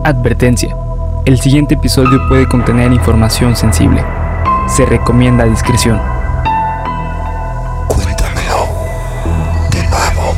Advertencia. El siguiente episodio puede contener información sensible. Se recomienda discreción. Cuéntamelo de nuevo.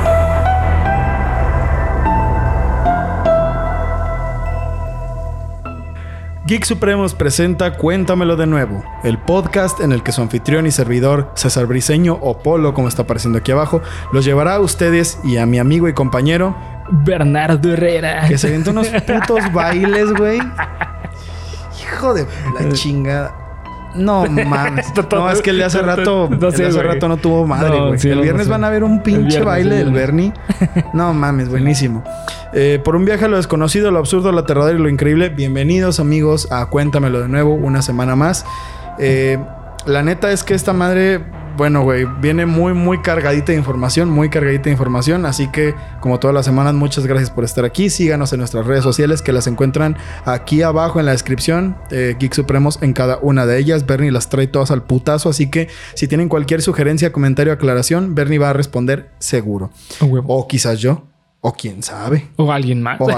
Geek Supremos presenta Cuéntamelo de nuevo, el podcast en el que su anfitrión y servidor, César Briseño o Polo, como está apareciendo aquí abajo, los llevará a ustedes y a mi amigo y compañero Bernardo Herrera. que se avienta unos putos bailes, güey. Hijo de la chingada. No mames. No, es que el de hace rato no tuvo madre, güey. Sí, el viernes van a ver un pinche baile del Bernie. No mames, buenísimo. Por un viaje a lo desconocido, lo absurdo, lo aterrador y lo increíble. Bienvenidos, amigos, a Cuéntamelo de nuevo, una semana más. La neta es que esta madre, bueno, güey, viene muy cargadita de información, así que, como todas las semanas, muchas gracias por estar aquí. Síganos en nuestras redes sociales, que las encuentran aquí abajo en la descripción. Geek Supremos en cada una de ellas. Bernie las trae todas al putazo, así que si tienen cualquier sugerencia, comentario, aclaración, Bernie va a responder seguro. O quizás yo. O quién sabe. O alguien más. No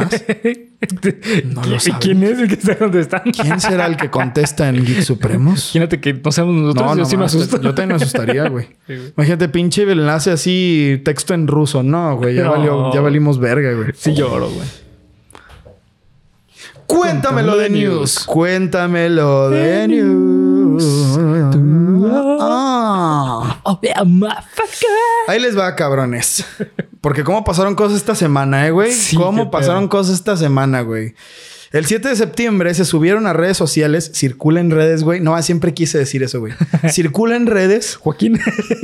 lo sabemos. ¿Quién es el que está contestando? ¿Quién será el que contesta en Geek Supremos? Imagínate que no seamos nosotros. Yo sí me asusto. Yo también me asustaría, güey. Sí, güey. Imagínate, pinche enlace así, texto en ruso. No, güey. Ya valimos verga, güey. Sí lloro, güey. Cuéntamelo de news. Cuéntamelo de news. Oh, yeah, motherfucker. Ahí les va, cabrones. Porque cómo pasaron cosas esta semana, güey. Sí, ¿Cómo qué pasaron pedo. cosas esta semana, güey? El 7 de septiembre se subieron a redes sociales. Circula en redes, güey. No, siempre quise decir eso, güey. Circula en redes. Joaquín.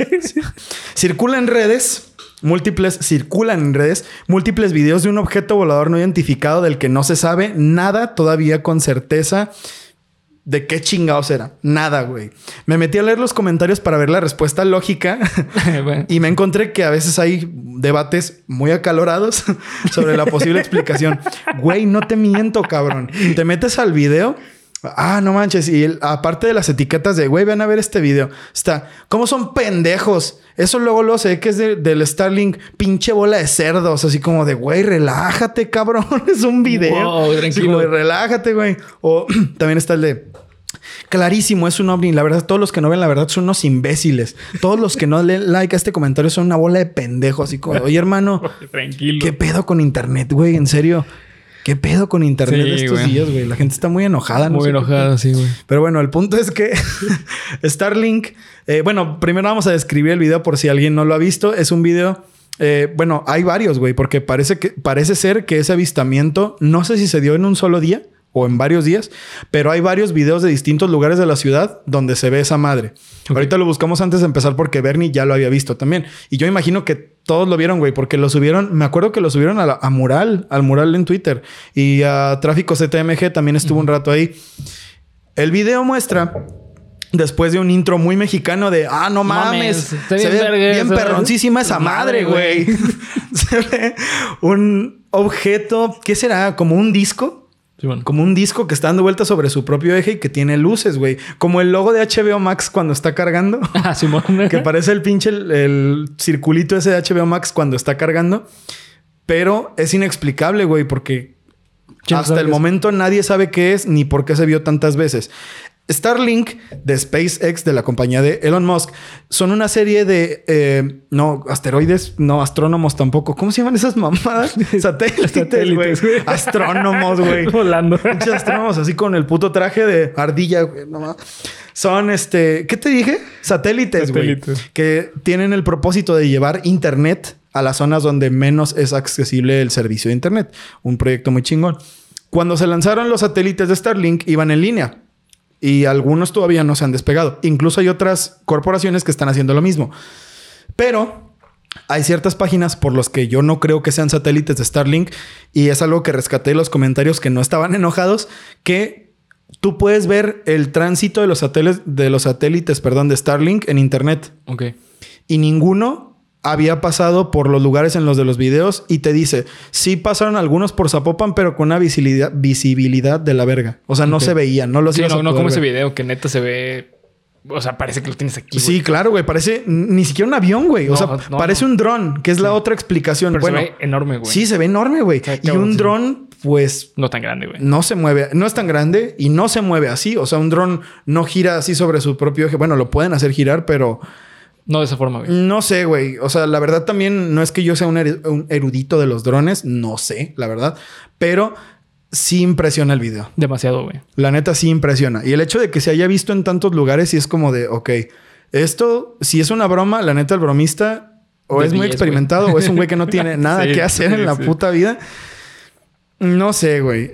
Circulan en redes múltiples videos de un objeto volador no identificado del que no se sabe nada todavía con certeza de qué chingados era. Nada, güey. Me metí a leer los comentarios para ver la respuesta lógica Bueno. y me encontré que a veces hay debates muy acalorados sobre la posible explicación. Güey, no te miento, cabrón. Te metes al video. Ah, no manches. Y aparte de las etiquetas de, güey, ven a ver este video. Está, ¿cómo son pendejos? Eso luego lo sé que es del Starlink, pinche bola de cerdos. Así como de, güey, relájate, cabrón. Es un video. Wow, Así tranquilo. como de, relájate, güey. O también está el de, clarísimo, es un ovni. La verdad, todos los que no ven la verdad son unos imbéciles. Todos los que no le den like a este comentario son una bola de pendejos. Así como, oye, hermano, Tranquilo. ¿qué pedo con internet, güey? En serio. ¿Qué pedo con internet Sí, estos güey. días, güey? La gente está muy enojada. No Muy sé qué enojada, pedo. sí, güey. Pero bueno, el punto es que Starlink... bueno, primero vamos a describir el video por si alguien no lo ha visto. Es un video... bueno, hay varios, güey. Porque parece ser que ese avistamiento... No sé si se dio en un solo día o en varios días. Pero hay varios videos de distintos lugares de la ciudad donde se ve esa madre. Okay. Ahorita lo buscamos antes de empezar porque Bernie ya lo había visto también. Y yo imagino que todos lo vieron, güey. Porque lo subieron... Me acuerdo que lo subieron a Mural. Al Mural en Twitter. Y a Tráfico CTMG también estuvo un rato ahí. El video muestra... Después de un intro muy mexicano de... Ah, no mames. Se Se ve verga, bien perroncísima esa madre, güey. Se ve un objeto... ¿Qué será? ¿Como un disco? Sí, bueno. Como un disco que está dando vueltas sobre su propio eje y que tiene luces, güey. Como el logo de HBO Max cuando está cargando. Ah, Simón. Que parece el pinche... El circulito ese de HBO Max cuando está cargando. Pero es inexplicable, güey. Porque hasta el momento nadie sabe qué es ni por qué se vio tantas veces. Starlink de SpaceX, de la compañía de Elon Musk, son una serie de... no, asteroides, no, astrónomos tampoco. ¿Cómo se llaman esas mamadas? Satélites, güey. Astrónomos, güey. Volando. Muchos astrónomos así con el puto traje de ardilla, güey. No, son ¿qué te dije? Satélites, güey. Que tienen el propósito de llevar internet a las zonas donde menos es accesible el servicio de internet. Un proyecto muy chingón. Cuando se lanzaron los satélites de Starlink, iban en línea. Y algunos todavía no se han despegado. Incluso hay otras corporaciones que están haciendo lo mismo. Pero hay ciertas páginas por las que yo no creo que sean satélites de Starlink. Y es algo que rescaté en los comentarios que no estaban enojados. Que tú puedes ver el tránsito de los satélites, de Starlink en internet. Ok. Y ninguno había pasado por los lugares en los de los videos y te dice, sí pasaron algunos por Zapopan, pero con una visibilidad de la verga. O sea, no se veían, no los sí, ibas a no poder como ver. ese video que neta se ve... O sea, parece que lo tienes aquí, Sí, güey. claro, güey. Parece ni siquiera un avión, güey. O sea, parece un dron, que es la otra explicación. Pero bueno, se ve enorme, güey. sí, se ve enorme, güey. O sea, y un dron pues... No tan grande, güey. No se mueve... No es tan grande y no se mueve así. O sea, un dron no gira así sobre su propio eje. Bueno, lo pueden hacer girar, pero... No de esa forma, güey. No sé, güey. O sea, la verdad también no es que yo sea un erudito de los drones. No sé, la verdad. Pero sí impresiona el video. Demasiado, güey. La neta sí impresiona. Y el hecho de que se haya visto en tantos lugares sí es como de... Ok, esto... Si es una broma, la neta el bromista... O es muy experimentado o es un güey que no tiene nada que hacer en la puta vida. No sé, güey.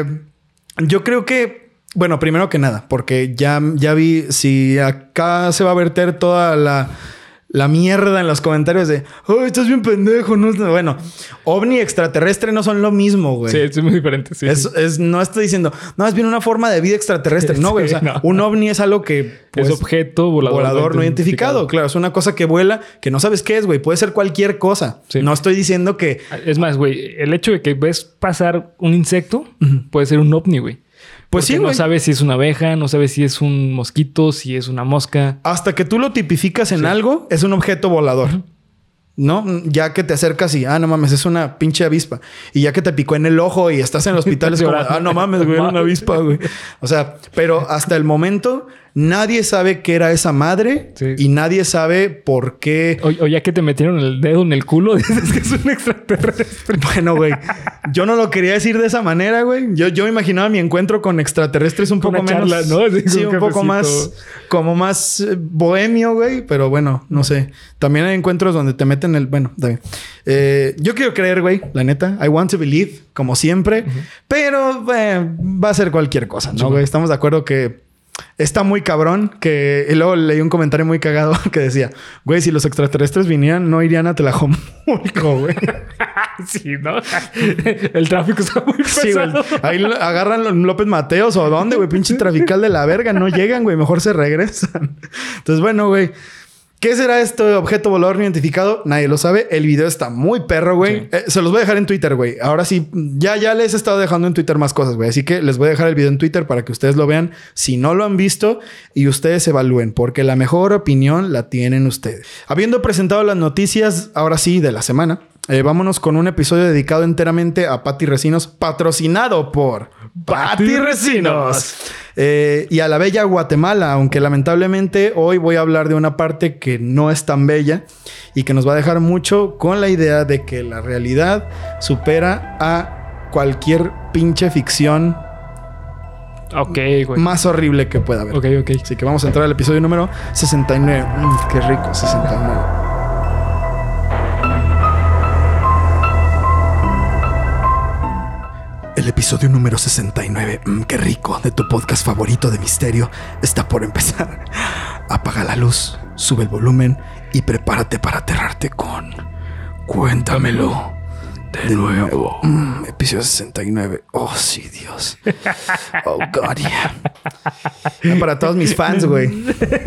Yo creo que... Bueno, primero que nada, porque ya vi... Si acá se va a verter toda la mierda en los comentarios de... ¡Oh, estás bien pendejo! No, bueno, ovni y extraterrestre no son lo mismo, güey. Sí, es muy diferente, sí. No estoy diciendo... No, es bien una forma de vida extraterrestre. No, güey. O sea, no. Un ovni es algo que... Pues, es objeto volador no identificado. Claro, es una cosa que vuela, que no sabes qué es, güey. Puede ser cualquier cosa. Sí. No estoy diciendo que... Es más, güey, el hecho de que ves pasar un insecto puede ser un ovni, güey. Pues porque sí, güey. No sabes si es una abeja, no sabes si es un mosquito, si es una mosca. Hasta que tú lo tipificas en algo, es un objeto volador. ¿No? Ya que te acercas y... Ah, no mames, es una pinche avispa. Y ya que te picó en el ojo y estás en el hospital es como... Ah, no mames, güey, era una avispa, güey. O sea, pero hasta el momento... Nadie sabe qué era esa madre y nadie sabe por qué... O ya que te metieron el dedo en el culo, dices que es un extraterrestre. Bueno, güey. Yo no lo quería decir de esa manera, güey. Yo me imaginaba mi encuentro con extraterrestres un poco menos... Charla, ¿no? Sí, un poco más... Como más bohemio, güey. Pero bueno, no sé. También hay encuentros donde te meten el... Bueno, también. Yo quiero creer, güey. La neta. I want to believe. Como siempre. Pero va a ser cualquier cosa, ¿no, güey? Estamos de acuerdo que... Está muy cabrón que... Y luego leí un comentario muy cagado que decía... Güey, si los extraterrestres vinieran, no irían a Tlajomulco, güey. Sí, ¿no? El tráfico está muy pesado. Sí, güey. Ahí agarran los López Mateos o dónde, güey. Pinche trafical de la verga. No llegan, güey. Mejor se regresan. Entonces, bueno, güey. ¿Qué será este objeto volador no identificado? Nadie lo sabe. El video está muy perro, güey. Sí. Se los voy a dejar en Twitter, güey. Ahora sí, ya les he estado dejando en Twitter más cosas, güey. Así que les voy a dejar el video en Twitter para que ustedes lo vean si no lo han visto y ustedes evalúen, porque la mejor opinión la tienen ustedes. Habiendo presentado las noticias, ahora sí, de la semana, vámonos con un episodio dedicado enteramente a Patty Recinos, patrocinado por Patty Recinos. Y a la bella Guatemala, aunque lamentablemente hoy voy a hablar de una parte que no es tan bella y que nos va a dejar mucho con la idea de que la realidad supera a cualquier pinche ficción güey. Más horrible que pueda haber. Ok. Así que vamos a entrar al episodio número 69. Qué rico, 69. El episodio número 69, qué rico, de tu podcast favorito de misterio, está por empezar. Apaga la luz, sube el volumen y prepárate para aterrarte con... Cuéntamelo de nuevo. Episodio 69. Oh, sí, Dios. Oh, God, yeah. Para todos mis fans, güey.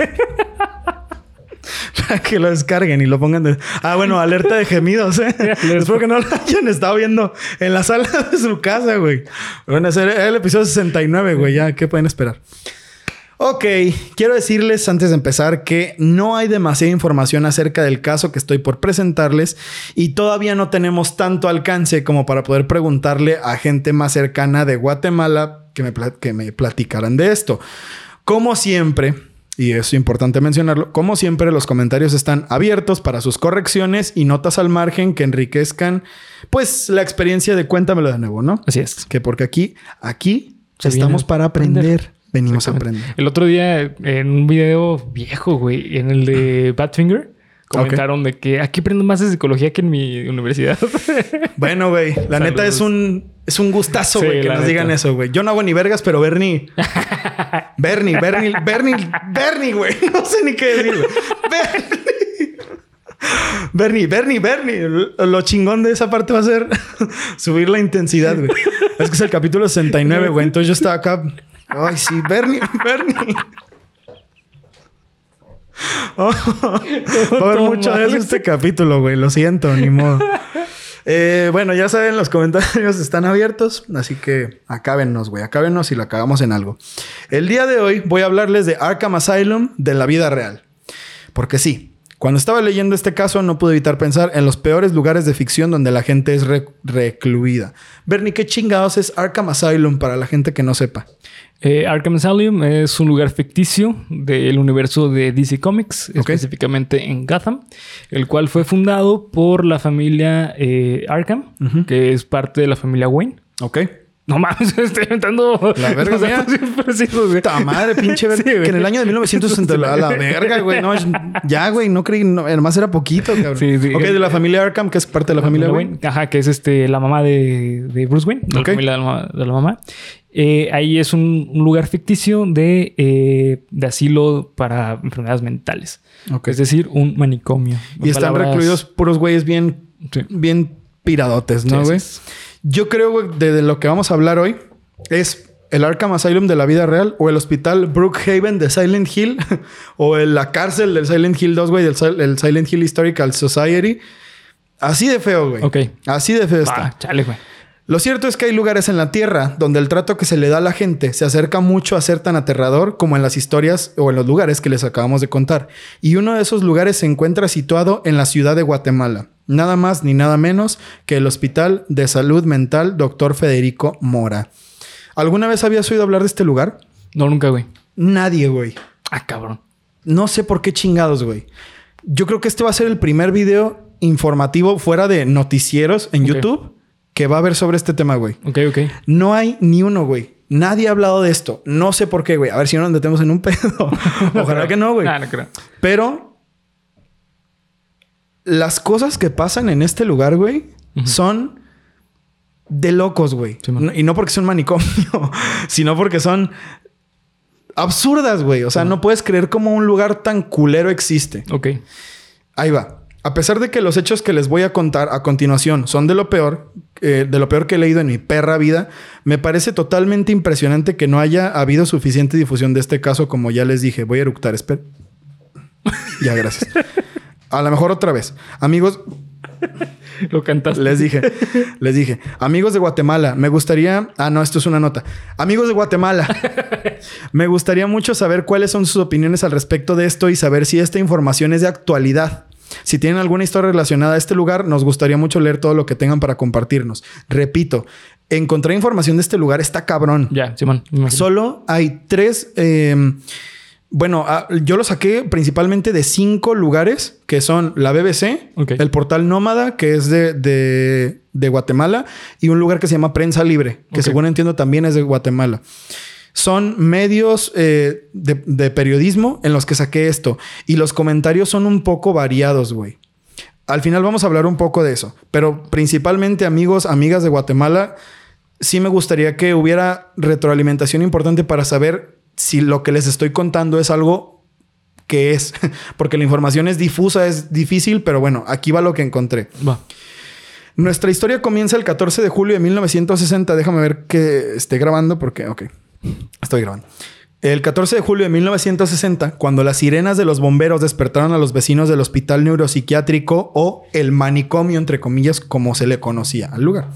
Para que lo descarguen y lo pongan de... bueno, alerta de gemidos, Espero que no lo hayan estado viendo en la sala de su casa, güey. Van a ser el episodio 69, güey. Ya, ¿qué pueden esperar? Ok. Quiero decirles antes de empezar que no hay demasiada información acerca del caso que estoy por presentarles y todavía no tenemos tanto alcance como para poder preguntarle a gente más cercana de Guatemala que me platicaran de esto. Como siempre... Y es importante mencionarlo. Como siempre, los comentarios están abiertos para sus correcciones y notas al margen que enriquezcan, pues, la experiencia de Cuéntamelo de nuevo, ¿no? Así es. Que porque aquí estamos para aprender. Venimos a aprender. El otro día, en un video viejo, güey, en el de Badfinger, comentaron de que aquí aprendo más de psicología que en mi universidad. Bueno, güey, la neta es un gustazo, güey, que nos digan eso, güey. Yo no hago ni vergas, pero Bernie, güey. No sé ni qué decir, güey. Bernie. Lo chingón de esa parte va a ser subir la intensidad, güey. Es que es el capítulo 69, güey. Entonces yo estaba acá. Ay, sí, Bernie. Va a haber mucho de eso este capítulo, güey. Lo siento, ni modo. Bueno, ya saben, los comentarios están abiertos. Así que acábennos, güey. Acábennos y lo acabamos en algo. El día de hoy voy a hablarles de Arkham Asylum de la vida real. Porque sí, Cuando estaba leyendo este caso, no pude evitar pensar en los peores lugares de ficción donde la gente es recluida. Bernie, ¿qué chingados es Arkham Asylum para la gente que no sepa? Arkham Asylum es un lugar ficticio del universo de DC Comics, específicamente en Gotham, el cual fue fundado por la familia Arkham, que es parte de la familia Wayne. Ok. No mames, estoy inventando la verga mía. Precisos, güey. ¡Ta madre, pinche verga! Sí, que en el año de 1960... a la verga, güey. No, ya, güey. No creí... No, además era poquito, cabrón. Sí. Ok, de la familia Arkham, que es parte de la familia Wayne. Ajá, que es la mamá de Bruce Wayne. De la familia de la mamá. Ahí es un lugar ficticio de asilo para enfermedades mentales. Okay. Es decir, un manicomio. Y están recluidos puros güeyes bien piradotes, ¿no, güey? Sí. Yo creo, güey, de lo que vamos a hablar hoy es el Arkham Asylum de la vida real o el hospital Brookhaven de Silent Hill o la cárcel del Silent Hill 2, güey, del Silent Hill Historical Society. Así de feo, güey. Ok. Así de feo está. Chale, güey. Lo cierto es que hay lugares en la Tierra donde el trato que se le da a la gente se acerca mucho a ser tan aterrador como en las historias o en los lugares que les acabamos de contar. Y uno de esos lugares se encuentra situado en la ciudad de Guatemala. Nada más ni nada menos que el Hospital de Salud Mental Dr. Federico Mora. ¿Alguna vez habías oído hablar de este lugar? No, nunca, güey. Nadie, güey. Ah, cabrón. No sé por qué chingados, güey. Yo creo que este va a ser el primer video informativo fuera de noticieros en YouTube que va a haber sobre este tema, güey. Ok. No hay ni uno, güey. Nadie ha hablado de esto. No sé por qué, güey. A ver si no nos metemos en un pedo. Ojalá que no, güey. No creo. Pero las cosas que pasan en este lugar, güey, son de locos, güey. Sí, y no porque sea un manicomio, sino porque son absurdas, güey. O sea, no puedes creer cómo un lugar tan culero existe. Ok. Ahí va. A pesar de que los hechos que les voy a contar a continuación son de lo peor que he leído en mi perra vida, me parece totalmente impresionante que no haya habido suficiente difusión de este caso, como ya les dije. Voy a eructar, espera. Ya, gracias. A lo mejor otra vez. Amigos... Lo cantaste. Les dije. Amigos de Guatemala, me gustaría... Ah, no, esto es una nota. Amigos de Guatemala, me gustaría mucho saber cuáles son sus opiniones al respecto de esto y saber si esta información es de actualidad. Si tienen alguna historia relacionada a este lugar, nos gustaría mucho leer todo lo que tengan para compartirnos. Repito, encontré información de este lugar. Está cabrón. Ya, Simón. Solo hay 3... yo lo saqué principalmente de 5 lugares que son la BBC, el portal Nómada, que es de Guatemala, y un lugar que se llama Prensa Libre, que según entiendo también es de Guatemala. Son medios de periodismo en los que saqué esto. Y los comentarios son un poco variados, güey. Al final vamos a hablar un poco de eso. Pero principalmente, amigos, amigas de Guatemala, sí me gustaría que hubiera retroalimentación importante para saber si lo que les estoy contando es algo que es. Porque la información es difusa, es difícil, pero bueno, aquí va lo que encontré. Va. Nuestra historia comienza el 14 de julio de 1960. Déjame ver que esté grabando porque... Ok, estoy grabando. El 14 de julio de 1960, cuando las sirenas de los bomberos despertaron a los vecinos del hospital neuropsiquiátrico o el manicomio, entre comillas, como se le conocía al lugar.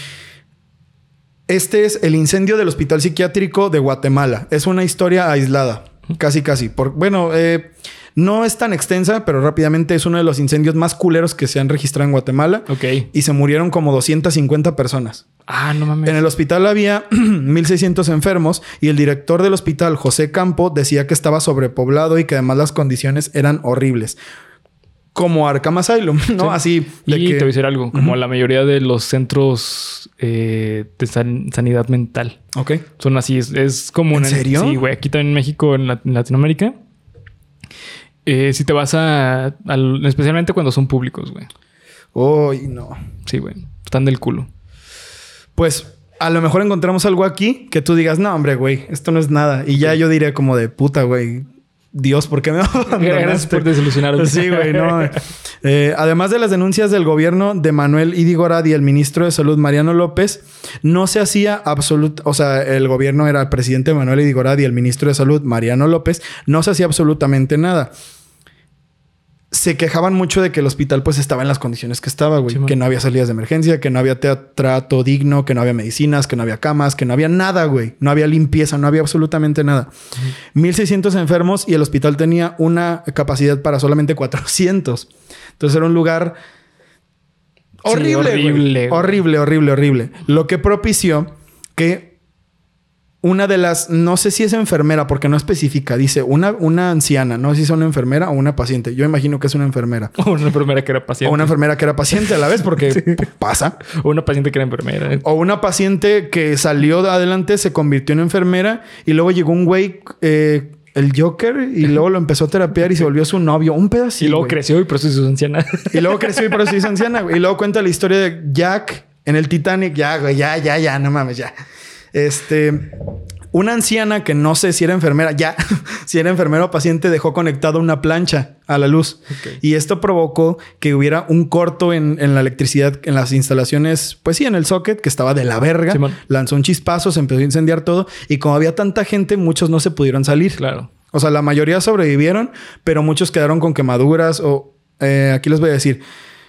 Este es el incendio del Hospital Psiquiátrico de Guatemala. Es una historia aislada. Casi. No es tan extensa, pero rápidamente es uno de los incendios más culeros que se han registrado en Guatemala. Ok. Y se murieron como 250 personas. Ah, no mames. En el hospital había 1,600 enfermos y el director del hospital, José Campo, decía que estaba sobrepoblado y que además las condiciones eran horribles. Como Arkham Asylum, ¿no? Sí. Así de y te voy a decir algo. Como la mayoría de los centros de sanidad mental. Ok. Son así. Es como... ¿En serio? Sí, güey. Aquí también en México, en Latinoamérica. Si te vas especialmente cuando son públicos, güey. Uy, no. Sí, güey. Están del culo. Pues... a lo mejor encontramos algo aquí que tú digas... no, hombre, güey. Esto no es nada. Y ya yo diría como de... puta, güey... Dios, ¿por qué me abandonaste? Gracias por desilusionarme. Sí, güey, no. Además de las denuncias del gobierno de Manuel Idigorad y el ministro de Salud, Mariano López, no se hacía o sea, el gobierno era el presidente Manuel Idigorad y el ministro de Salud, Mariano López, no se hacía absolutamente nada. se quejaban mucho de que el hospital pues estaba en las condiciones que estaba, güey. Sí, que no había salidas de emergencia, que no había trato digno, que no había medicinas, que no había camas, que no había nada, güey. No había limpieza, no había absolutamente nada. 1,600 enfermos y el hospital tenía una capacidad para solamente 400. Entonces era un lugar horrible, sí, horrible. Lo que propició que una de las... No sé si es enfermera, porque no especifica. Dice una anciana. No sé si es una enfermera o una paciente. Yo imagino que es una enfermera. O una enfermera que era paciente. O una enfermera que era paciente a la vez, porque sí. Pasa. O una paciente que era enfermera. O una paciente que salió de adelante, se convirtió en enfermera y luego llegó un güey... el Joker y luego lo empezó a terapiar y se volvió su novio. Un pedacito. Y luego creció y por eso se hizo anciana. Y luego creció y por eso se hizo anciana, güey. Y luego cuenta la historia de Jack en el Titanic. Ya, güey, ya, no mames, ya. Una anciana que no sé si era enfermera, si era enfermera o paciente, dejó conectada una plancha a la luz. Okay. Y esto provocó que hubiera un corto en la electricidad, en las instalaciones, pues sí, en el socket, que estaba de la verga. Sí, lanzó un chispazo, se empezó a incendiar todo. Y como había tanta gente, muchos no se pudieron salir. Claro. O sea, la mayoría sobrevivieron, pero muchos quedaron con quemaduras o... aquí les voy a decir.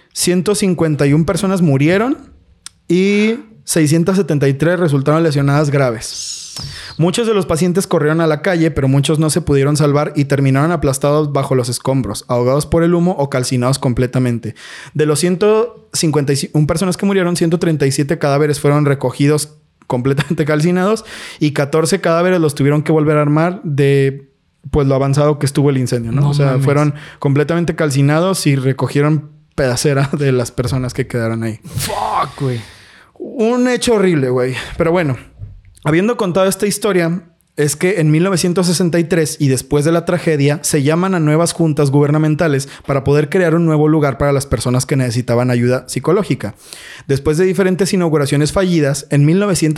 151 personas murieron y 673 resultaron lesionadas graves. Muchos de los pacientes corrieron a la calle, pero muchos no se pudieron salvar y terminaron aplastados bajo los escombros, ahogados por el humo o calcinados completamente. De los 151 personas que murieron, 137 cadáveres fueron recogidos completamente calcinados y 14 cadáveres los tuvieron que volver a armar de pues lo avanzado que estuvo el incendio, ¿no? O sea, mames. Fueron completamente calcinados y recogieron pedacera de las personas que quedaron ahí. Fuck, güey. Un hecho horrible, güey. Pero bueno, habiendo contado esta historia, es que en 1963 y después de la tragedia se llaman a nuevas juntas gubernamentales para poder crear un nuevo lugar para las personas que necesitaban ayuda psicológica. Después de diferentes inauguraciones fallidas, en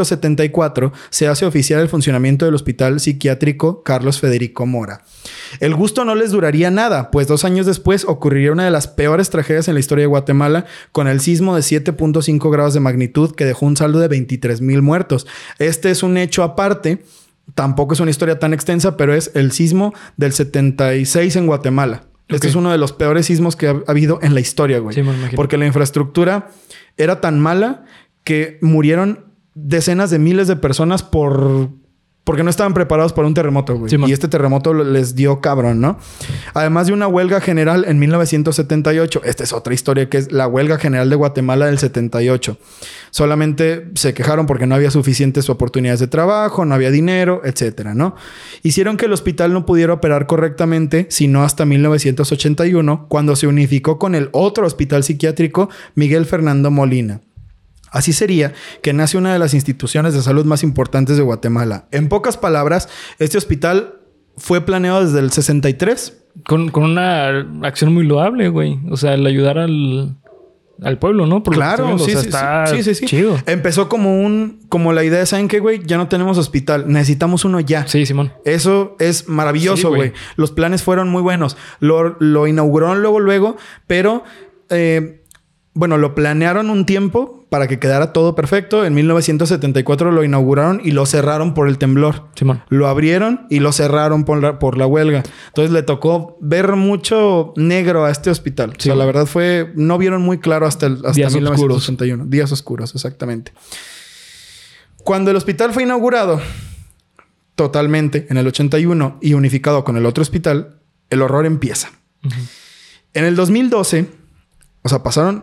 1974 se hace oficial el funcionamiento del Hospital Psiquiátrico Carlos Federico Mora. El gusto no les duraría nada, pues 2 años después ocurriría una de las peores tragedias en la historia de Guatemala con el sismo de 7.5 grados de magnitud que dejó un saldo de 23,000 muertos. Este es un hecho aparte. Tampoco es una historia tan extensa, pero es el sismo del 76 en Guatemala. Okay. Este es uno de los peores sismos que ha habido en la historia, güey. Sí, me imagino. Porque la infraestructura era tan mala que murieron decenas de miles de personas porque no estaban preparados para un terremoto, güey. Sí, y este terremoto les dio cabrón, ¿no? Además de una huelga general en 1978. Esta es otra historia que es la huelga general de Guatemala del 78. Solamente se quejaron porque no había suficientes oportunidades de trabajo, no había dinero, etcétera, ¿no? Hicieron que el hospital no pudiera operar correctamente, sino hasta 1981, cuando se unificó con el otro hospital psiquiátrico, Miguel Fernando Molina. Así sería que nace una de las instituciones de salud más importantes de Guatemala. En pocas palabras, este hospital fue planeado desde el 63. Con una acción muy loable, güey. O sea, el ayudar al pueblo, ¿no? Por claro, sí, o sea, sí. Chido. Empezó como la idea de, ¿saben qué, güey? Ya no tenemos hospital. Necesitamos uno ya. Sí, Simón. Eso es maravilloso, güey. Los planes fueron muy buenos. Lo inauguraron luego, pero... bueno, lo planearon un tiempo para que quedara todo perfecto. En 1974 lo inauguraron y lo cerraron por el temblor. Simón. Lo abrieron y lo cerraron por la huelga. Entonces le tocó ver mucho negro a este hospital. Sí. O sea, la verdad no vieron muy claro hasta 1981. Días oscuros, exactamente. Cuando el hospital fue inaugurado totalmente en el 81 y unificado con el otro hospital, el horror empieza. Uh-huh. En el 2012, o sea, pasaron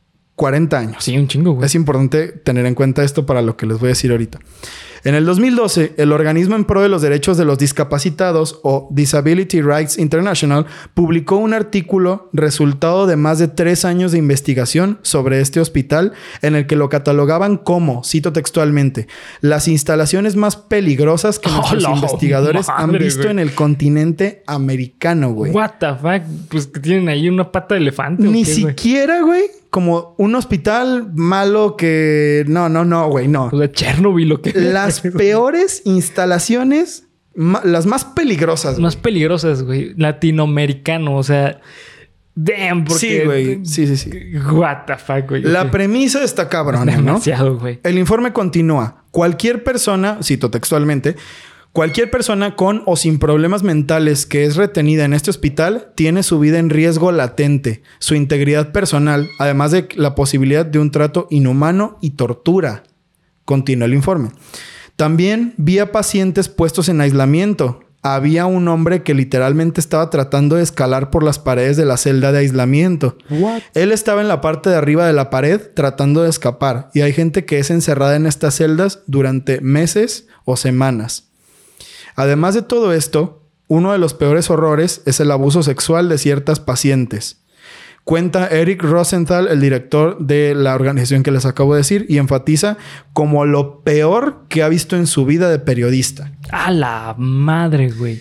40 años. Sí, un chingo, güey. Es importante tener en cuenta esto para lo que les voy a decir ahorita. En el 2012, el Organismo en Pro de los Derechos de los Discapacitados, o Disability Rights International, publicó un artículo resultado de más de 3 años de investigación sobre este hospital, en el que lo catalogaban como, cito textualmente, las instalaciones más peligrosas que nuestros investigadores han visto, güey, en el continente americano, güey. What the fuck? Pues que tienen ahí una pata de elefante. Ni siquiera, güey, como un hospital malo que... No, güey, no. O sea, Chernobyl o qué. Las peores instalaciones, las más peligrosas. Las más peligrosas, güey. Latinoamericano, o sea... Damn, porque... Sí, güey. Sí. What the fuck, güey. La premisa está cabrona, ¿no? Demasiado, güey. El informe continúa. Cualquier persona, cito textualmente... Cualquier persona con o sin problemas mentales que es retenida en este hospital tiene su vida en riesgo latente, su integridad personal, además de la posibilidad de un trato inhumano y tortura. Continúa el informe. También vi a pacientes puestos en aislamiento. Había un hombre que literalmente estaba tratando de escalar por las paredes de la celda de aislamiento. What? Él estaba en la parte de arriba de la pared tratando de escapar. Y hay gente que es encerrada en estas celdas durante meses o semanas. Además de todo esto, uno de los peores horrores es el abuso sexual de ciertas pacientes. Cuenta Eric Rosenthal, el director de la organización que les acabo de decir, y enfatiza como lo peor que ha visto en su vida de periodista. ¡A la madre, güey!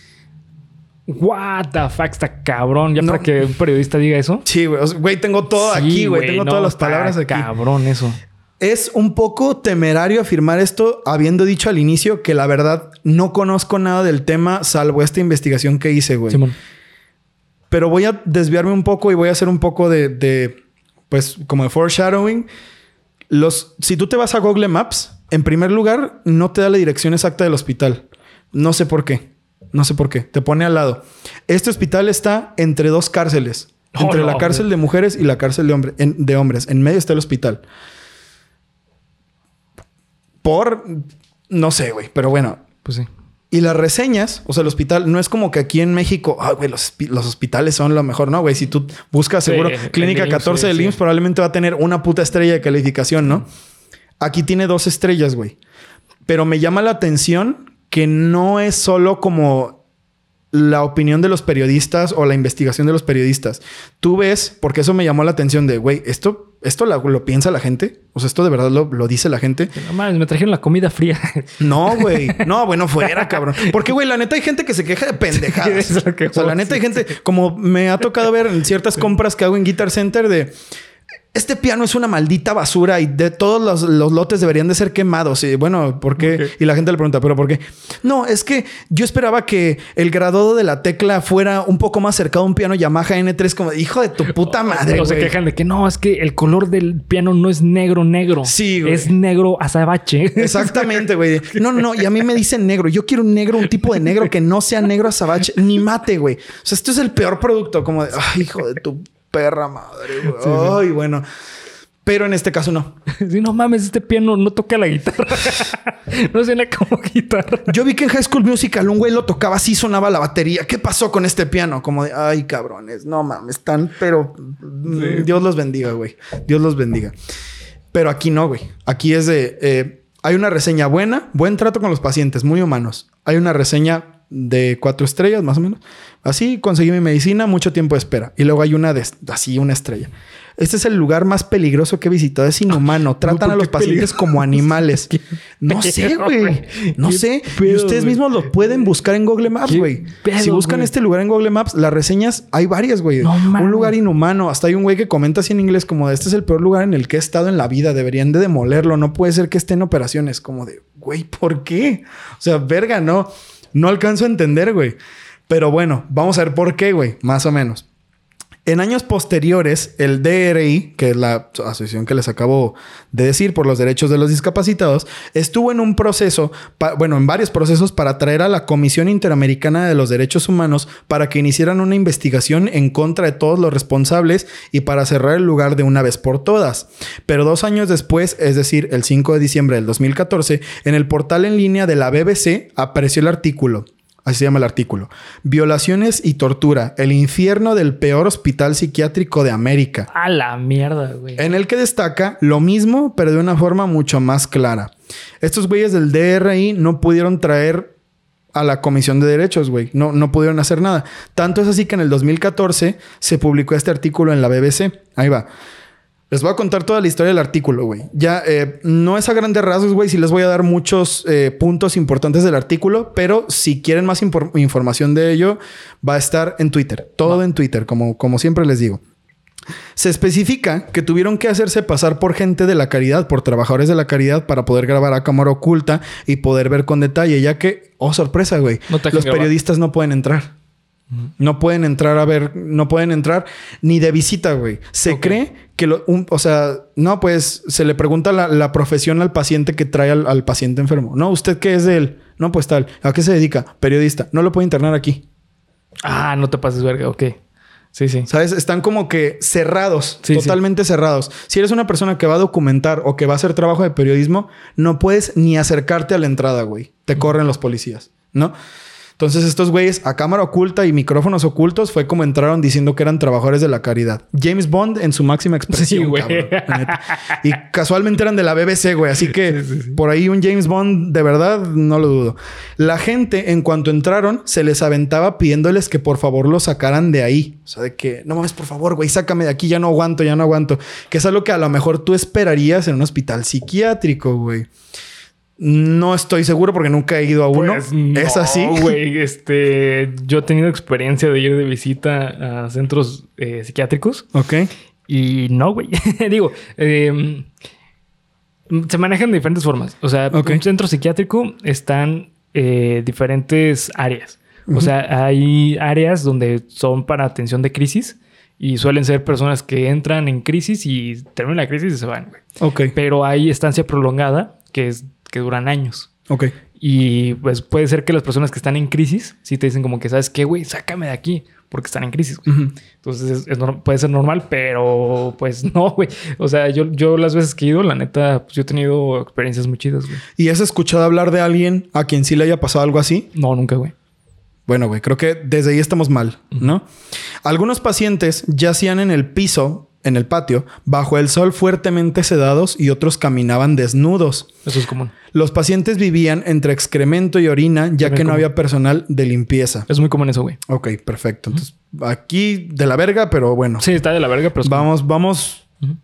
What the fuck, está cabrón. ¿Ya para que un periodista diga eso? Sí, güey. Güey, tengo todo aquí, güey. Tengo todas las palabras aquí. Cabrón eso. Es un poco temerario afirmar esto, habiendo dicho al inicio que la verdad no conozco nada del tema, salvo esta investigación que hice, güey. Simón. Pero voy a desviarme un poco y voy a hacer un poco pues, como de foreshadowing. Si tú te vas a Google Maps, en primer lugar, no te da la dirección exacta del hospital. No sé por qué. Te pone al lado. Este hospital está entre dos cárceles. Entre la cárcel de mujeres y la cárcel de hombres. En medio está el hospital. No sé, güey. Pero bueno. Pues sí. Y las reseñas, o sea, el hospital, no es como que aquí en México, güey, los hospitales son lo mejor, ¿no? Güey, si tú buscas seguro Clínica 14 del IMSS, probablemente va a tener una puta estrella de calificación, ¿no? Aquí tiene 2 estrellas, güey. Pero me llama la atención que no es solo como la opinión de los periodistas o la investigación de los periodistas. Tú ves, porque eso me llamó la atención de, güey, ¿esto lo piensa la gente? O sea, ¿esto de verdad lo dice la gente? No mames, me trajeron la comida fría. No, güey. No, bueno, fuera, cabrón. Porque, güey, la neta hay gente que se queja de pendejadas. O sea, la neta hay gente... Como me ha tocado ver en ciertas compras que hago en Guitar Center de... Este piano es una maldita basura y de todos los lotes deberían de ser quemados. Y bueno, ¿por qué? Okay. Y la gente le pregunta, ¿pero por qué? No, es que yo esperaba que el graduado de la tecla fuera un poco más cercano a un piano Yamaha N3. Como, hijo de tu puta madre, o se quejan de que no, es que el color del piano no es negro. Sí, güey. Es negro azabache. Exactamente, güey. No. Y a mí me dicen negro. Yo quiero un tipo de negro que no sea negro azabache ni mate, güey. O sea, esto es el peor producto. Como de, ay, hijo de tu perra madre, güey. Sí. Ay, bueno. Pero en este caso no. Sí, no mames, este piano no toca la guitarra. No suena como guitarra. Yo vi que en High School Musical un güey lo tocaba, así sonaba la batería. ¿Qué pasó con este piano? Como de, ay, cabrones. No mames, pero... Sí. Dios los bendiga, güey. Dios los bendiga. Pero aquí no, güey. Aquí es de... hay una reseña buena. Buen trato con los pacientes. Muy humanos. Hay una reseña de 4 estrellas, más o menos. Así conseguí mi medicina, mucho tiempo de espera. Y luego hay una estrella. Este es el lugar más peligroso que he visitado. Es inhumano. Tratan a los pacientes como animales. No sé, güey. No sé. Y ustedes mismos lo pueden buscar en Google Maps, güey. Si buscan este lugar en Google Maps, las reseñas, hay varias, güey. No, un lugar inhumano. Hasta hay un güey que comenta así en inglés como, este es el peor lugar en el que he estado en la vida. Deberían de demolerlo. No puede ser que esté en operaciones. Como de, güey, ¿por qué? O sea, verga, no. No alcanzo a entender, güey. Pero bueno, vamos a ver por qué, güey. Más o menos. En años posteriores, el DRI, que es la asociación que les acabo de decir por los derechos de los discapacitados, estuvo en un proceso, en varios procesos para traer a la Comisión Interamericana de los Derechos Humanos para que iniciaran una investigación en contra de todos los responsables y para cerrar el lugar de una vez por todas. Pero 2 años después, es decir, el 5 de diciembre del 2014, en el portal en línea de la BBC apareció el artículo. Así se llama el artículo. Violaciones y tortura. El infierno del peor hospital psiquiátrico de América. A la mierda, güey. En el que destaca lo mismo, pero de una forma mucho más clara. Estos güeyes del DRI no pudieron traer a la Comisión de Derechos, güey. No pudieron hacer nada. Tanto es así que en el 2014 se publicó este artículo en la BBC. Ahí va. Les voy a contar toda la historia del artículo, güey. Ya no es a grandes rasgos, güey. Sí les voy a dar muchos puntos importantes del artículo. Pero si quieren más información de ello, va a estar en Twitter. Todo en Twitter, como siempre les digo. Se especifica que tuvieron que hacerse pasar por gente de la caridad, por trabajadores de la caridad, para poder grabar a cámara oculta y poder ver con detalle. Ya que, oh, sorpresa, güey. Los periodistas no pueden entrar. No pueden entrar a ver, no pueden entrar ni de visita, güey. Se cree que pues se le pregunta la profesión al paciente que trae al paciente enfermo. No, ¿usted qué es de él? No, pues tal. ¿A qué se dedica? Periodista. No lo puede internar aquí. Ah, no te pases verga. Ok. Sí. ¿Sabes? Están como que cerrados. Totalmente cerrados. Si eres una persona que va a documentar o que va a hacer trabajo de periodismo, no puedes ni acercarte a la entrada, güey. Te corren los policías, ¿no? Entonces estos güeyes a cámara oculta y micrófonos ocultos fue como entraron diciendo que eran trabajadores de la caridad. James Bond en su máxima expresión, güey. Cabrón, y casualmente eran de la BBC, güey. Así que por ahí un James Bond de verdad no lo dudo. La gente en cuanto entraron se les aventaba pidiéndoles que por favor lo sacaran de ahí. O sea, de que no mames, por favor, güey, sácame de aquí. Ya no aguanto. Que es algo que a lo mejor tú esperarías en un hospital psiquiátrico, güey. No estoy seguro porque nunca he ido a uno. Pues ¿Es así? Güey, yo he tenido experiencia de ir de visita a centros psiquiátricos. Ok. Y no, güey. Digo, se manejan de diferentes formas. O sea, un centro psiquiátrico están diferentes áreas. O sea, hay áreas donde son para atención de crisis y suelen ser personas que entran en crisis y terminan la crisis y se van, güey. Ok. Pero hay estancia prolongada que duran años. Ok. Y pues puede ser que las personas que están en crisis sí te dicen como que, ¿sabes qué, güey? Sácame de aquí. Porque están en crisis, güey. Entonces puede ser normal, pero pues no, güey. O sea, yo las veces que he ido, la neta, pues yo he tenido experiencias muy chidas, güey. ¿Y has escuchado hablar de alguien a quien sí le haya pasado algo así? No, nunca, güey. Bueno, güey, creo que desde ahí estamos mal, ¿no? Algunos pacientes yacían en el piso, en el patio, bajo el sol fuertemente sedados y otros caminaban desnudos. Eso es común. Los pacientes vivían entre excremento y orina, ya que no había personal de limpieza. Es muy común eso, güey. Ok, perfecto. Entonces, aquí de la verga, pero bueno. Sí, está de la verga, pero... Vamos...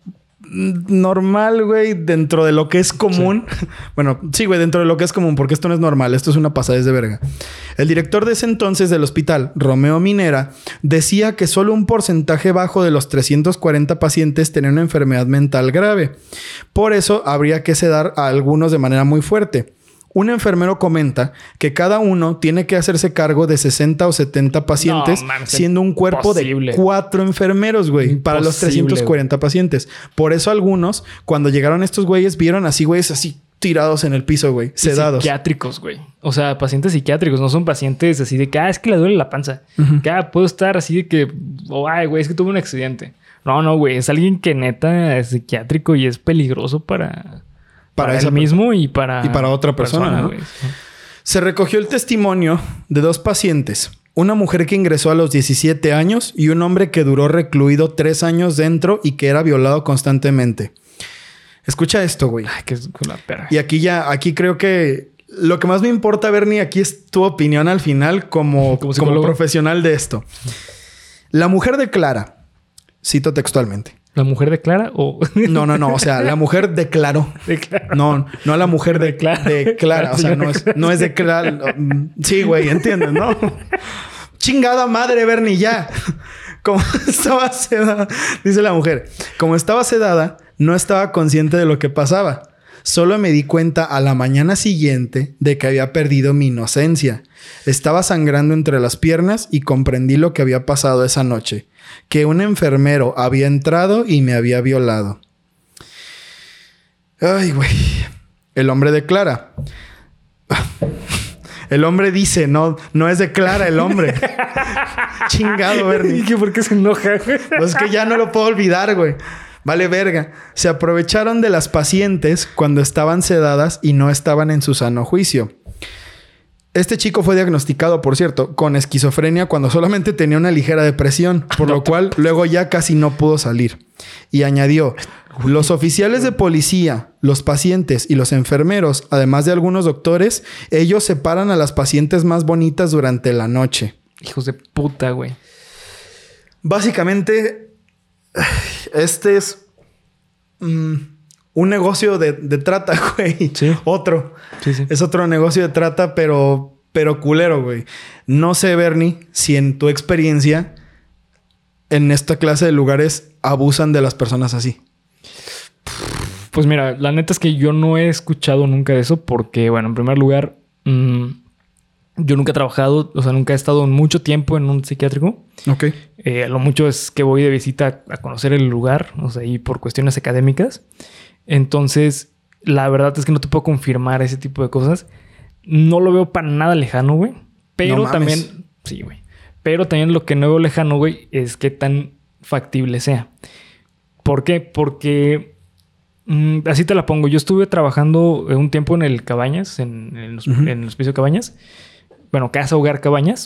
normal, güey, dentro de lo que es común. Sí. Bueno, sí, güey, dentro de lo que es común, porque esto no es normal, esto es una pasadez de verga. El director de ese entonces del hospital, Romeo Minera, decía que solo un porcentaje bajo de los 340 pacientes tenían una enfermedad mental grave. Por eso habría que sedar a algunos de manera muy fuerte. Un enfermero comenta que cada uno tiene que hacerse cargo de 60 o 70 pacientes, siendo un cuerpo de 4 enfermeros, güey, para los 340 pacientes. Por eso algunos, cuando llegaron estos güeyes, vieron así, güeyes, así tirados en el piso, güey, sedados. Psiquiátricos, güey. O sea, pacientes psiquiátricos, no son pacientes así de que, es que le duele la panza. Que, puedo estar así de que, ay, güey, es que tuve un accidente. No, güey, es alguien que neta es psiquiátrico y es peligroso para él mismo y para otra persona, ¿no? Se recogió el testimonio de 2 pacientes. Una mujer que ingresó a los 17 años y un hombre que duró recluido 3 años dentro y que era violado constantemente. Escucha esto, güey. Ay, qué la perra. Y aquí creo que lo que más me importa, Bernie, aquí es tu opinión al final como profesional de esto. La mujer declara, cito textualmente. ¿La mujer declara o...? No. O sea, la mujer declaró. No la mujer declara. O sea, no es declarar. Sí, güey, entiendes, ¿no? Chingada madre, Bernie, ya. Como estaba sedada, dice la mujer. Como estaba sedada, no estaba consciente de lo que pasaba. Solo me di cuenta a la mañana siguiente de que había perdido mi inocencia. Estaba sangrando entre las piernas y comprendí lo que había pasado esa noche. Que un enfermero había entrado y me había violado. Ay, güey. El hombre declara. El hombre dice, no es declara el hombre. Chingado, Bernie. ¿Y por qué se enoja, güey? Pues que ya no lo puedo olvidar, güey. Vale verga. Se aprovecharon de las pacientes cuando estaban sedadas y no estaban en su sano juicio. Este chico fue diagnosticado, por cierto, con esquizofrenia cuando solamente tenía una ligera depresión, por lo cual luego ya casi no pudo salir. Y añadió, los oficiales de policía, los pacientes y los enfermeros, además de algunos doctores, ellos separan a las pacientes más bonitas durante la noche. Hijos de puta, güey. Básicamente, este es un negocio de trata, güey. Sí. Otro. Sí. Es otro negocio de trata, pero culero, güey. No sé, Bernie, si en tu experiencia en esta clase de lugares abusan de las personas así. Pues mira, la neta es que yo no he escuchado nunca de eso porque, bueno, en primer lugar, Yo nunca he trabajado, o sea, nunca he estado mucho tiempo en un psiquiátrico. Ok. Lo mucho es que voy de visita a conocer el lugar, o sea, y por cuestiones académicas. Entonces, la verdad es que no te puedo confirmar ese tipo de cosas. No lo veo para nada lejano, güey. Pero no también... Sí, güey. Pero también lo que no veo lejano, güey, es qué tan factible sea. ¿Por qué? Porque... así te la pongo. Yo estuve trabajando un tiempo en el Cabañas, en el hospicio Cabañas. Bueno, Casa Hogar Cabañas.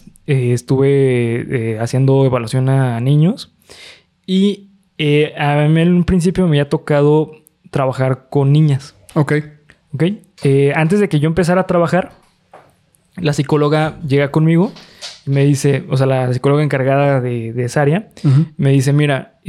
Estuve haciendo evaluación a niños. Y a mí en un principio me había tocado trabajar con niñas. Ok. Antes de que yo empezara a trabajar, la psicóloga llega conmigo y me dice, o sea, la psicóloga encargada de esa área, me dice, mira,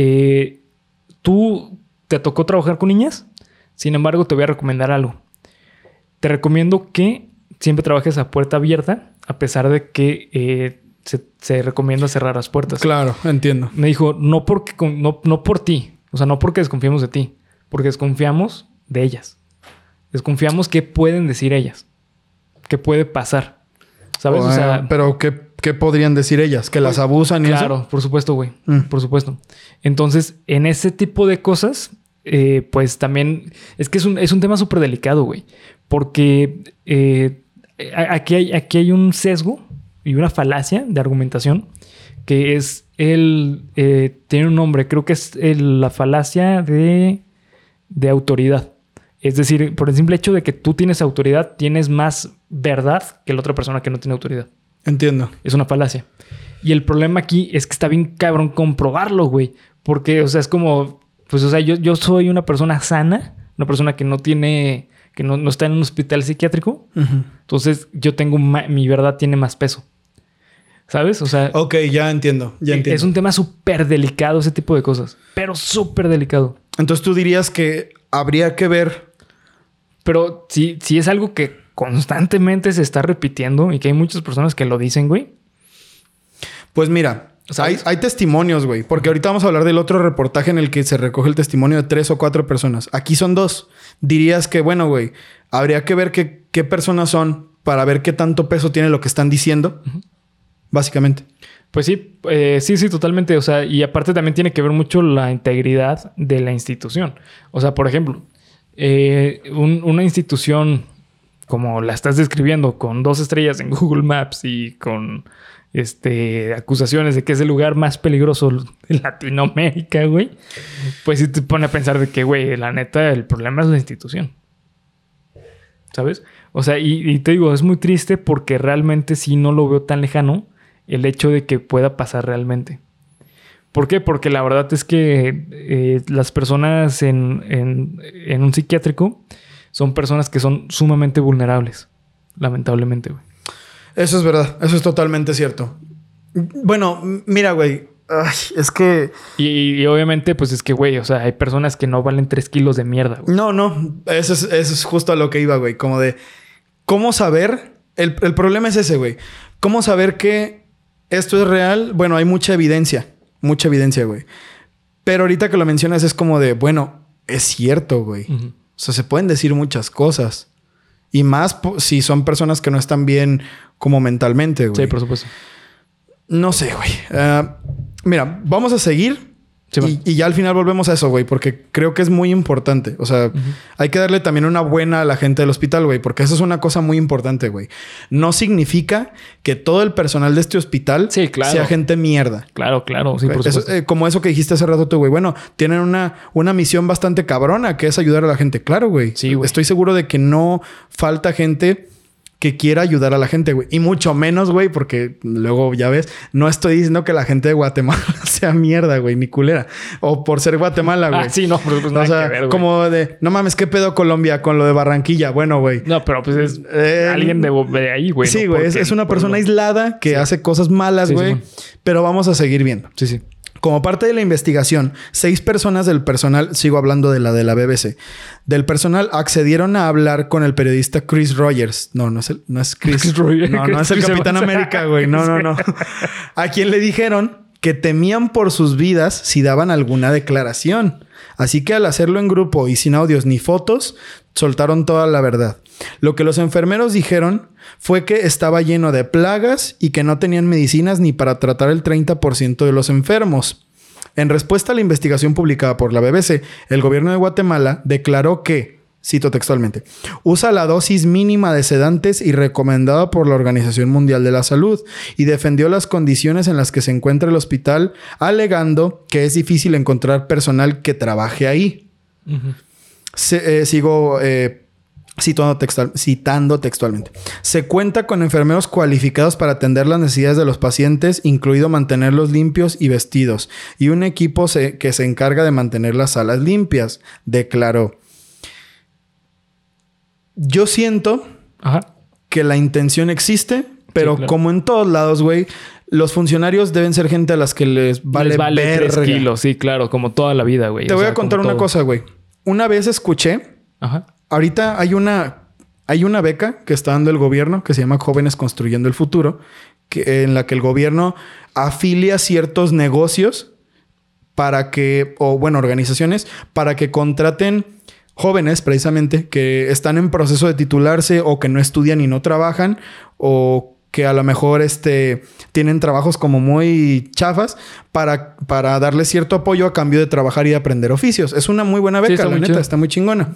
tú te tocó trabajar con niñas, sin embargo, te voy a recomendar algo. Te recomiendo que siempre trabajes a puerta abierta, a pesar de que se recomienda cerrar las puertas. Claro, entiendo. Me dijo, no por ti, o sea, no porque desconfiemos de ti, porque desconfiamos de ellas. Desconfiamos qué pueden decir ellas, qué puede pasar, ¿sabes? O sea, pero ¿qué podrían decir ellas? ¿Que las abusan y eso? Claro, por supuesto, güey. Por supuesto. Entonces, en ese tipo de cosas, pues también... Es que es un tema súper delicado, güey. Porque aquí hay un sesgo y una falacia de argumentación que es tiene un nombre. Creo que es la falacia de autoridad. Es decir, por el simple hecho de que tú tienes autoridad, tienes más verdad que la otra persona que no tiene autoridad. Entiendo. Es una falacia. Y el problema aquí es que está bien cabrón comprobarlo, güey. Porque, o sea, es como... Pues, o sea, yo soy una persona sana. Una persona que no tiene... Que no está en un hospital psiquiátrico. Entonces, yo tengo... Mi verdad tiene más peso. ¿Sabes? O sea... Ok, ya entiendo. Es un tema súper delicado ese tipo de cosas. Pero súper delicado. Entonces, tú dirías que habría que ver... Pero si es algo que constantemente se está repitiendo y que hay muchas personas que lo dicen, güey. Pues mira, hay testimonios, güey. Porque ahorita vamos a hablar del otro reportaje en el que se recoge el testimonio de 3 o 4 personas. Aquí son 2. Dirías que, bueno, güey, habría que ver qué personas son para ver qué tanto peso tiene lo que están diciendo. Básicamente. Pues sí, sí, totalmente. O sea, y aparte también tiene que ver mucho la integridad de la institución. O sea, por ejemplo... una institución como la estás describiendo, con 2 estrellas en Google Maps y con acusaciones de que es el lugar más peligroso de Latinoamérica, güey, pues sí te pone a pensar de que, güey, la neta, el problema es la institución. ¿Sabes? O sea, y te digo, es muy triste porque realmente sí no lo veo tan lejano el hecho de que pueda pasar realmente. ¿Por qué? Porque la verdad es que las personas en un psiquiátrico son personas que son sumamente vulnerables. Lamentablemente, güey. Eso es verdad. Eso es totalmente cierto. Bueno, mira, güey. Ay, es que... Y obviamente, pues es que, güey, o sea, hay personas que no valen 3 kilos de mierda, güey. No. Eso es justo a lo que iba, güey. Como de... ¿Cómo saber? El problema es ese, güey. ¿Cómo saber que esto es real? Bueno, hay mucha evidencia. Mucha evidencia, güey. Pero ahorita que lo mencionas es como de... Bueno, es cierto, güey. O sea, se pueden decir muchas cosas. Y más si son personas que no están bien como mentalmente, güey. Sí, por supuesto. No sé, güey. Mira, vamos a seguir. Sí, y ya al final volvemos a eso, güey. Porque creo que es muy importante. O sea, hay que darle también una buena a la gente del hospital, güey. Porque eso es una cosa muy importante, güey. No significa que todo el personal de este hospital sea gente mierda. Claro. Sí, por supuesto. Como eso que dijiste hace rato tú, güey. Bueno, tienen una misión bastante cabrona que es ayudar a la gente. Claro, güey. Sí, güey. Estoy seguro de que no falta gente que quiera ayudar a la gente, güey. Y mucho menos, güey, porque luego ya ves, no estoy diciendo que la gente de Guatemala sea mierda, güey, ni culera. O por ser Guatemala, güey. Sí, no, pues nada, o sea, que ver, güey. Como de, no mames, ¿qué pedo Colombia con lo de Barranquilla? Bueno, güey. No, pero pues es alguien de ahí, güey. Sí, güey, es una persona aislada que hace cosas malas, güey. Sí. Pero vamos a seguir viendo. Sí. Como parte de la investigación, 6 personas del personal, sigo hablando de la BBC, del personal accedieron a hablar con el periodista Chris Rogers. No es Chris Rogers. No es el Capitán América, güey. No. A quien le dijeron que temían por sus vidas si daban alguna declaración. Así que al hacerlo en grupo y sin audios ni fotos, soltaron toda la verdad. Lo que los enfermeros dijeron fue que estaba lleno de plagas y que no tenían medicinas ni para tratar el 30% de los enfermos. En respuesta a la investigación publicada por la BBC, el gobierno de Guatemala declaró que, cito textualmente, usa la dosis mínima de sedantes y recomendada por la Organización Mundial de la Salud y defendió las condiciones en las que se encuentra el hospital, alegando que es difícil encontrar personal que trabaje ahí. Uh-huh. Sigo citando textualmente. Se cuenta con enfermeros cualificados para atender las necesidades de los pacientes, incluido mantenerlos limpios y vestidos, y un equipo que se encarga de mantener las salas limpias, declaró. Yo siento que la intención existe, pero sí, claro, como en todos lados, güey, los funcionarios deben ser gente a las que les vale 3 kilos. Sí, claro, como toda la vida, güey. Te voy a contar una cosa, güey. Una vez escuché... Ahorita hay una beca que está dando el gobierno que se llama Jóvenes Construyendo el Futuro, en la que el gobierno afilia ciertos negocios organizaciones para que contraten jóvenes precisamente que están en proceso de titularse o que no estudian y no trabajan o que a lo mejor tienen trabajos como muy chafas para darles cierto apoyo a cambio de trabajar y de aprender oficios. Es una muy buena beca, sí, la neta, está muy chingona.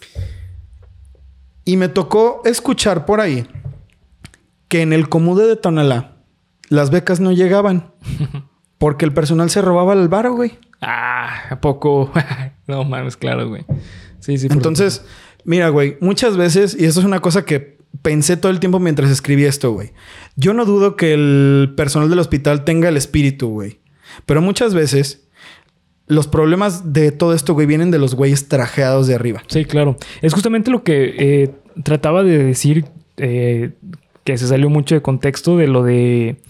Y me tocó escuchar por ahí que en el Comude de Tonalá las becas no llegaban porque el personal se robaba el varo, güey. Ah, ¿a poco? No mames, claro, güey. Sí. Entonces, mira, güey, muchas veces, y esto es una cosa que pensé todo el tiempo mientras escribí esto, güey. Yo no dudo que el personal del hospital tenga el espíritu, güey. Pero muchas veces... los problemas de todo esto, güey, vienen de los güeyes trajeados de arriba. Sí, claro. Es justamente lo que trataba de decir, que se salió mucho de contexto de lo del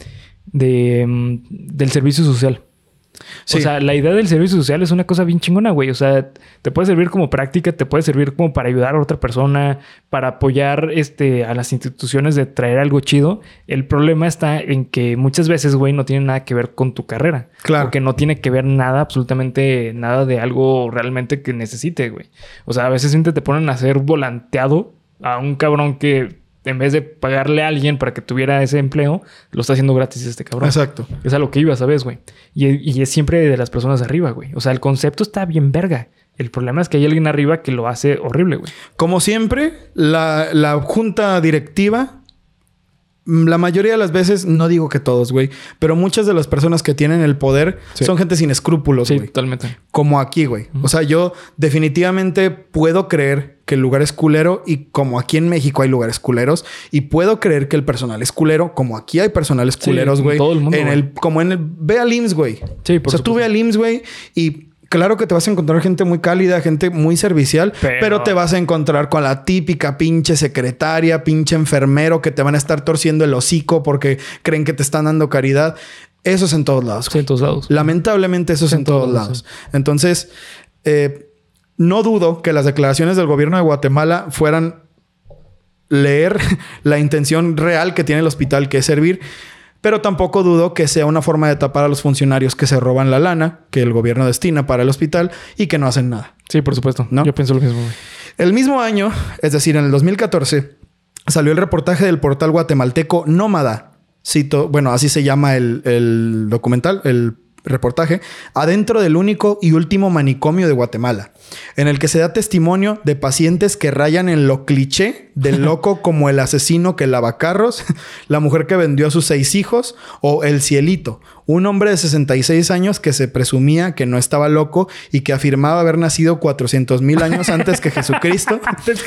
servicio social. Sí. O sea, la idea del servicio social es una cosa bien chingona, güey. O sea, te puede servir como práctica, te puede servir como para ayudar a otra persona, para apoyar a las instituciones de traer algo chido. El problema está en que muchas veces, güey, no tiene nada que ver con tu carrera. Claro. Porque no tiene que ver nada, absolutamente nada de algo realmente que necesite, güey. O sea, a veces te ponen a hacer volanteado a un cabrón que... en vez de pagarle a alguien para que tuviera ese empleo, lo está haciendo gratis este cabrón. Exacto. Es a lo que iba, ¿sabes, güey? Y es siempre de las personas de arriba, güey. O sea, el concepto está bien verga. El problema es que hay alguien arriba que lo hace horrible, güey. Como siempre, la junta directiva... la mayoría de las veces, no digo que todos, güey, pero muchas de las personas que tienen el poder son gente sin escrúpulos, güey. Sí, totalmente. Como aquí, güey. O sea, yo definitivamente puedo creer que el lugar es culero y como aquí en México hay lugares culeros y puedo creer que el personal es culero como aquí hay personales culeros, güey. Todo el mundo, ve al IMSS, güey. Sí, por supuesto. Tú ve al IMSS, güey, y... claro que te vas a encontrar gente muy cálida, gente muy servicial, pero te vas a encontrar con la típica pinche secretaria, pinche enfermero que te van a estar torciendo el hocico porque creen que te están dando caridad. Eso es en todos lados. Sí, en todos lados. Lamentablemente eso es en todos lados. Sí. Entonces, no dudo que las declaraciones del gobierno de Guatemala fueran leer la intención real que tiene el hospital, que es servir. Pero tampoco dudo que sea una forma de tapar a los funcionarios que se roban la lana que el gobierno destina para el hospital y que no hacen nada. Sí, por supuesto. ¿No? Yo pienso lo mismo. El mismo año, es decir, en el 2014, salió el reportaje del portal guatemalteco Nómada. Cito, bueno, así se llama el documental, el reportaje, adentro del único y último manicomio de Guatemala, en el que se da testimonio de pacientes que rayan en lo cliché del loco como el asesino que lava carros, la mujer que vendió a sus 6 hijos o el Cielito, un hombre de 66 años que se presumía que no estaba loco y que afirmaba haber nacido 400,000 años antes que Jesucristo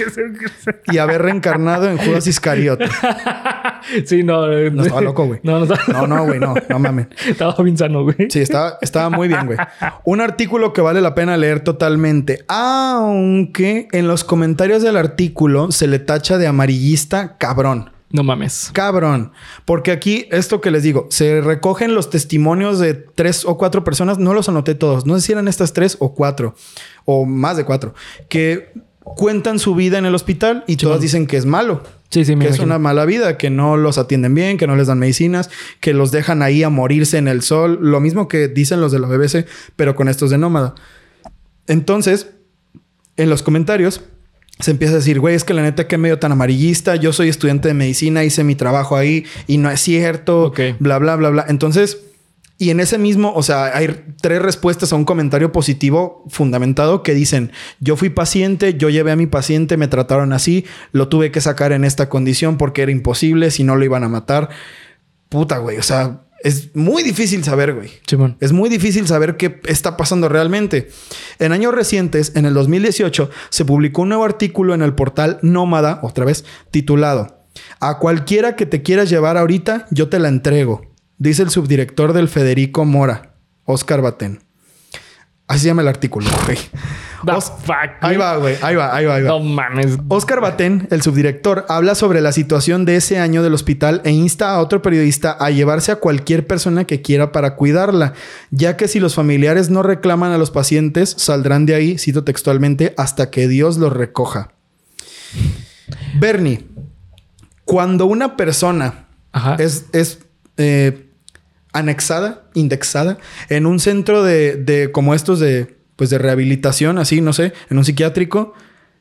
y haber reencarnado en Judas Iscariote. Sí, no estaba loco, güey. No, güey, no mames. Estaba bien sano, güey. Sí, estaba muy bien, güey. Un artículo que vale la pena leer totalmente, aunque en los comentarios del artículo se le tacha de amarillista cabrón. No mames. Cabrón. Porque aquí, esto que les digo, se recogen los testimonios de 3 o 4 personas. No los anoté todos. No sé si eran estas 3 o 4. O más de 4. Que cuentan su vida en el hospital y todas dicen que es malo. Sí, me que imagino. es una mala vida, que no los atienden bien, que no les dan medicinas, que los dejan ahí a morirse en el sol. Lo mismo que dicen los de la BBC, pero con estos de nómada. Entonces, en los comentarios se empieza a decir, güey, es que la neta, qué medio tan amarillista. Yo soy estudiante de medicina, hice mi trabajo ahí y no es cierto. Ok. Bla, bla, bla, bla. Entonces... Y en ese mismo, o sea, hay 3 respuestas a un comentario positivo fundamentado que dicen, yo fui paciente, yo llevé a mi paciente, me trataron así, lo tuve que sacar en esta condición porque era imposible, si no lo iban a matar. Puta, güey, o sea, es muy difícil saber, güey. Simón. Es muy difícil saber qué está pasando realmente. En años recientes, en el 2018, se publicó un nuevo artículo en el portal Nómada, otra vez, titulado, "A cualquiera que te quieras llevar ahorita, yo te la entrego", dice el subdirector del Federico Mora, Oscar Batén. Así se llama el artículo, güey. Ahí va, güey. Ahí va. No mames. Oscar Batén, el subdirector, habla sobre la situación de ese año del hospital e insta a otro periodista a llevarse a cualquier persona que quiera para cuidarla, ya que si los familiares no reclaman a los pacientes, saldrán de ahí, cito textualmente, hasta que Dios los recoja. Bernie, cuando una persona es anexada, indexada, en un centro de como estos de rehabilitación, así, no sé, en un psiquiátrico,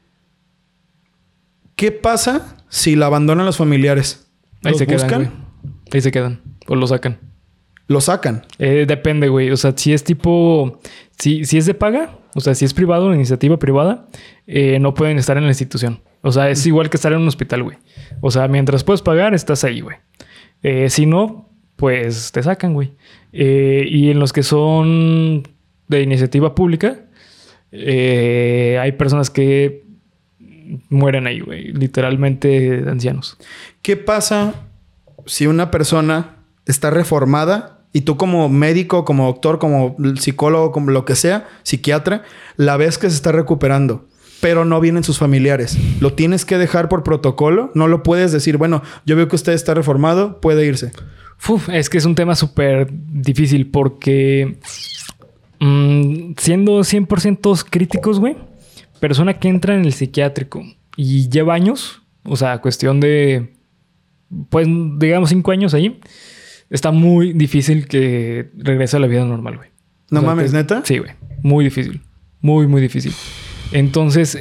¿qué pasa si la abandonan los familiares? Ahí se quedan, güey. Ahí se quedan. O lo sacan. Lo sacan. Depende, güey. O sea, si es tipo... Si es de paga, o sea, si es privado, una iniciativa privada, no pueden estar en la institución. O sea, es igual que estar en un hospital, güey. O sea, mientras puedes pagar, estás ahí, güey. Si no, pues te sacan, güey. Y en los que son de iniciativa pública, hay personas que mueren ahí, güey. Literalmente ancianos. ¿Qué pasa si una persona está reformada y tú como médico, como doctor, como psicólogo, como lo que sea, psiquiatra, la ves que se está recuperando, pero no vienen sus familiares? ¿Lo tienes que dejar por protocolo? No lo puedes decir, bueno, yo veo que usted está reformado, puede irse. Es que es un tema súper difícil porque siendo 100% críticos, güey, persona que entra en el psiquiátrico y lleva años, o sea, cuestión de, pues, digamos 5 años ahí, está muy difícil que regrese a la vida normal, güey. No mames, ¿neta? Sí, güey. Muy difícil. Muy, muy difícil. Entonces,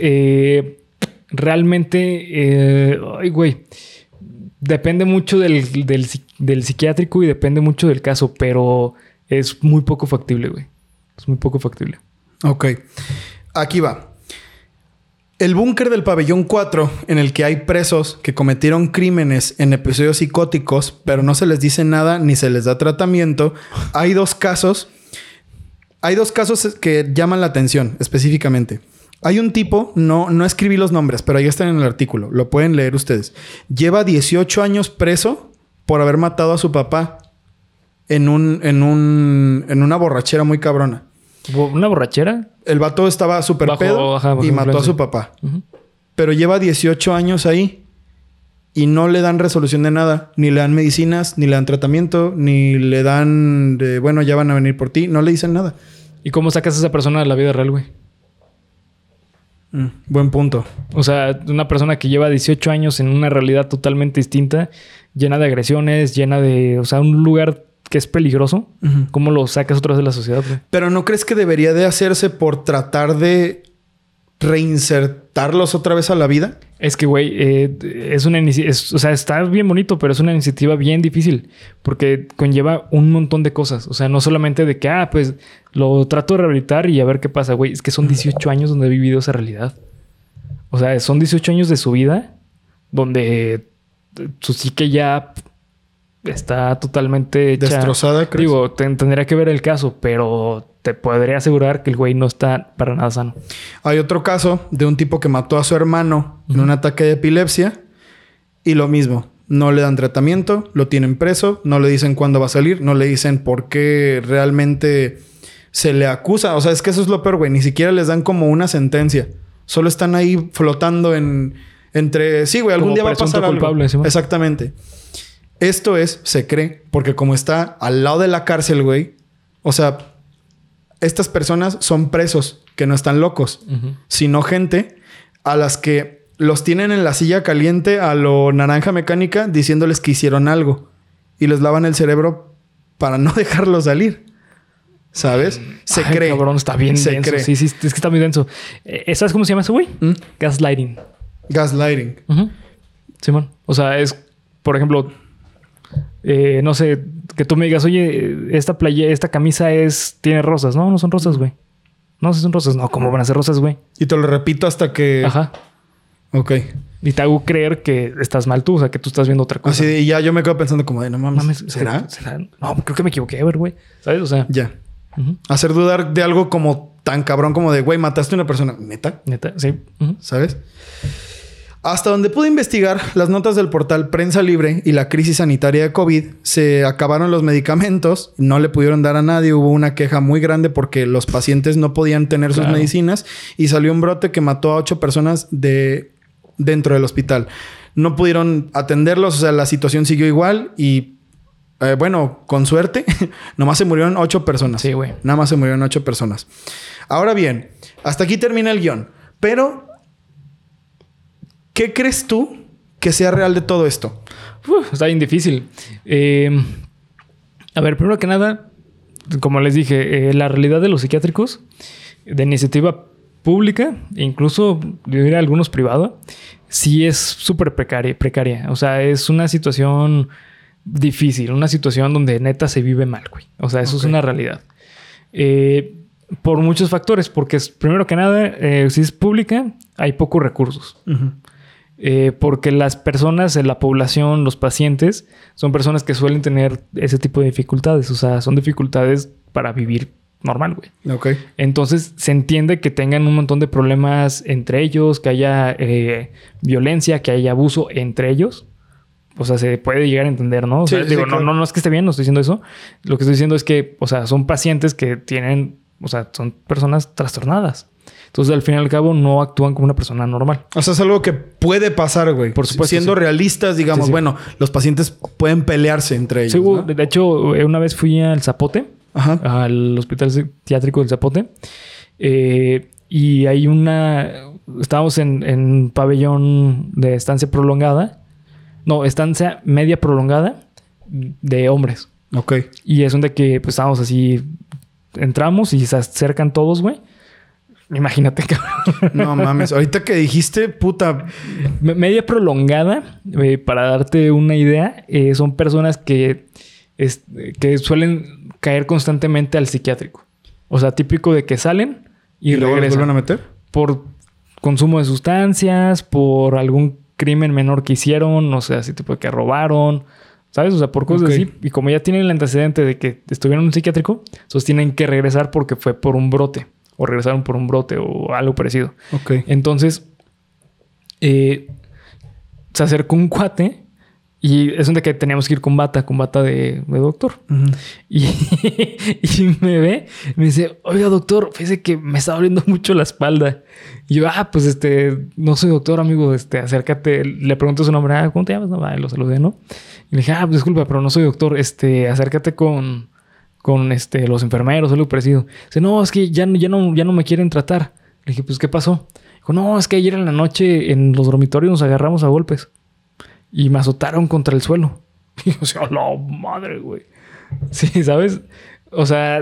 realmente, ay, güey, depende mucho del psiquiátrico y depende mucho del caso, pero es muy poco factible, güey. Es muy poco factible. Ok. Aquí va. El búnker del pabellón 4, en el que hay presos que cometieron crímenes en episodios psicóticos, pero no se les dice nada ni se les da tratamiento, hay 2 casos. Hay 2 casos que llaman la atención específicamente. Hay un tipo, no escribí los nombres, pero ahí están en el artículo. Lo pueden leer ustedes. Lleva 18 años preso por haber matado a su papá en una borrachera muy cabrona. ¿Una borrachera? El vato estaba súper pedo y mató a su papá. Uh-huh. Pero lleva 18 años ahí y no le dan resolución de nada. Ni le dan medicinas, ni le dan tratamiento, ni le dan de, bueno, ya van a venir por ti. No le dicen nada. ¿Y cómo sacas a esa persona de la vida real, güey? Buen punto. O sea, una persona que lleva 18 años en una realidad totalmente distinta, llena de agresiones, llena de... O sea, un lugar que es peligroso. Uh-huh. ¿Cómo lo sacas otra vez de la sociedad, güey? Pero ¿no crees que debería de hacerse por tratar de reinsertarlos otra vez a la vida? Es que, güey, es una iniciativa... O sea, está bien bonito, pero es una iniciativa bien difícil. Porque conlleva un montón de cosas. O sea, no solamente de que, pues, lo trato de rehabilitar y a ver qué pasa, güey. Es que son 18 años donde he vivido esa realidad. O sea, son 18 años de su vida donde su psique ya está totalmente hecha. Destrozada, ¿crees? Digo, tendría que ver el caso, pero te podría asegurar que el güey no está para nada sano. Hay otro caso de un tipo que mató a su hermano en un ataque de epilepsia y lo mismo. No le dan tratamiento, lo tienen preso, no le dicen cuándo va a salir, no le dicen por qué realmente se le acusa. O sea, es que eso es lo peor, güey. Ni siquiera les dan como una sentencia. Solo están ahí flotando entre... Sí, güey, algún día va a pasar algo. Culpable, ¿sí? Exactamente. Esto se cree, porque como está al lado de la cárcel, güey. O sea, estas personas son presos que no están locos, sino gente a las que los tienen en la silla caliente a lo Naranja Mecánica diciéndoles que hicieron algo. Y les lavan el cerebro para no dejarlos salir. ¿Sabes? Se cree. Cabrón, está bien denso. Cree. Sí, es que está muy denso. ¿Sabes cómo se llama eso, güey? Gaslighting. Gaslighting. Simón. O sea, es... Por ejemplo... no sé... Que tú me digas... Oye, esta camisa tiene rosas. No son rosas, güey. No, si son rosas. No, ¿cómo van a ser rosas, güey? Y te lo repito hasta que... Ajá. Ok. Y te hago creer que estás mal tú. O sea, que tú estás viendo otra cosa. Así, y ya yo me quedo pensando como de... No mames. ¿Será? No, creo que me equivoqué, a ver, güey. ¿Sabes? O sea... Ya. Hacer dudar de algo como tan cabrón como de... Güey, mataste a una persona. ¿Neta? Neta, sí. ¿Sabes? Hasta donde pude investigar las notas del portal Prensa Libre y la crisis sanitaria de COVID, se acabaron los medicamentos, no le pudieron dar a nadie, hubo una queja muy grande porque los pacientes no podían tener sus medicinas y salió un brote que mató a 8 personas dentro del hospital. No pudieron atenderlos, o sea, la situación siguió igual y bueno, con suerte, nomás se murieron 8 personas. Sí, güey. Nada más se murieron 8 personas. Ahora bien, hasta aquí termina el guión, pero... ¿Qué crees tú que sea real de todo esto? Está bien difícil. A ver, primero que nada, como les dije, la realidad de los psiquiátricos de iniciativa pública, incluso yo diría algunos privados, sí es súper precaria. O sea, es una situación difícil, una situación donde neta se vive mal, güey. O sea, eso es una realidad. Por muchos factores, porque primero que nada, si es pública, hay pocos recursos. Porque las personas en la población, los pacientes, son personas que suelen tener ese tipo de dificultades. O sea, son dificultades para vivir normal, güey. Ok. Entonces, se entiende que tengan un montón de problemas entre ellos, que haya violencia, que haya abuso entre ellos. O sea, se puede llegar a entender, ¿no? O sea, digo, claro. No es que esté bien, no estoy diciendo eso. Lo que estoy diciendo es que, o sea, son pacientes que tienen... O sea, son personas trastornadas. Entonces, al fin y al cabo, no actúan como una persona normal. O sea, es algo que puede pasar, güey. Por supuesto. Siendo realistas, digamos, sí. Bueno, los pacientes pueden pelearse entre ellos. Sí, ¿no? De hecho, una vez fui al Zapote, al Hospital Psiquiátrico del Zapote, y hay estábamos en un pabellón de estancia prolongada. No, estancia media prolongada de hombres. Ok. Y es donde que pues estábamos así... Entramos y se acercan todos, güey. Imagínate, cabrón. No mames. Ahorita que dijiste, puta... Media prolongada, para darte una idea, son personas que suelen caer constantemente al psiquiátrico. O sea, típico de que salen y luego regresan. ¿Los vuelven a meter? Por consumo de sustancias, por algún crimen menor que hicieron, o sea, así tipo de que robaron... ¿Sabes? O sea, por cosas así. Y como ya tienen el antecedente de que estuvieron en un psiquiátrico, entonces tienen que regresar porque fue por un brote. O regresaron por un brote o algo parecido. Ok. Entonces, se acercó un cuate y es donde que teníamos que ir con bata de doctor. Y me ve, me dice, oiga, doctor, fíjese que me está doliendo mucho la espalda. Y yo, pues no soy doctor, amigo, acércate. Le pregunto su nombre, ¿cómo te llamas? No, lo saludé, ¿no? Y le dije, pues disculpa, pero no soy doctor. Acércate con los enfermeros o algo parecido. Dice, no, es que ya no me quieren tratar. Le dije, pues, ¿qué pasó? Dijo, no, es que ayer en la noche en los dormitorios nos agarramos a golpes. Y me azotaron contra el suelo. Y yo, la madre, güey. Sí, ¿sabes? O sea,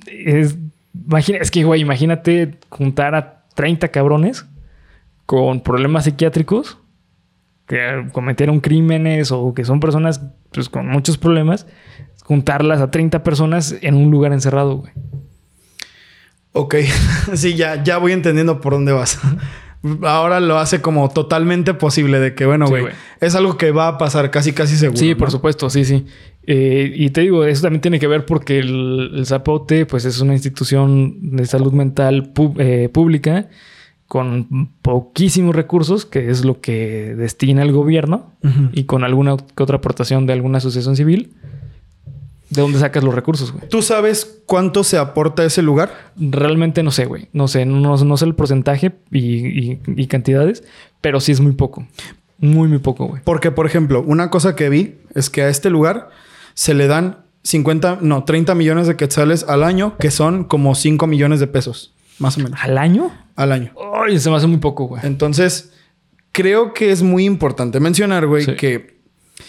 es que, güey, imagínate juntar a 30 cabrones con problemas psiquiátricos que cometieron crímenes o que son personas pues, con muchos problemas, juntarlas a 30 personas en un lugar encerrado, güey. Ok. Sí, ya voy entendiendo por dónde vas. Ahora lo hace como totalmente posible de que, bueno, güey, sí, es algo que va a pasar casi seguro. Sí, ¿no? Por supuesto, sí. Y te digo, eso también tiene que ver porque el Zapote, pues es una institución de salud mental pública con poquísimos recursos, que es lo que destina el gobierno, y con alguna que otra aportación de alguna asociación civil. ¿De dónde sacas los recursos, güey? ¿Tú sabes cuánto se aporta a ese lugar? Realmente no sé, güey. No sé el porcentaje y cantidades, pero sí es muy poco. Muy poco, güey. Porque, por ejemplo, una cosa que vi es que a este lugar se le dan 30 millones de quetzales al año, que son como 5 millones de pesos, más o menos. ¿Al año? Al año. Ay, se me hace muy poco, güey. Entonces, creo que es muy importante mencionar, güey, Sí. que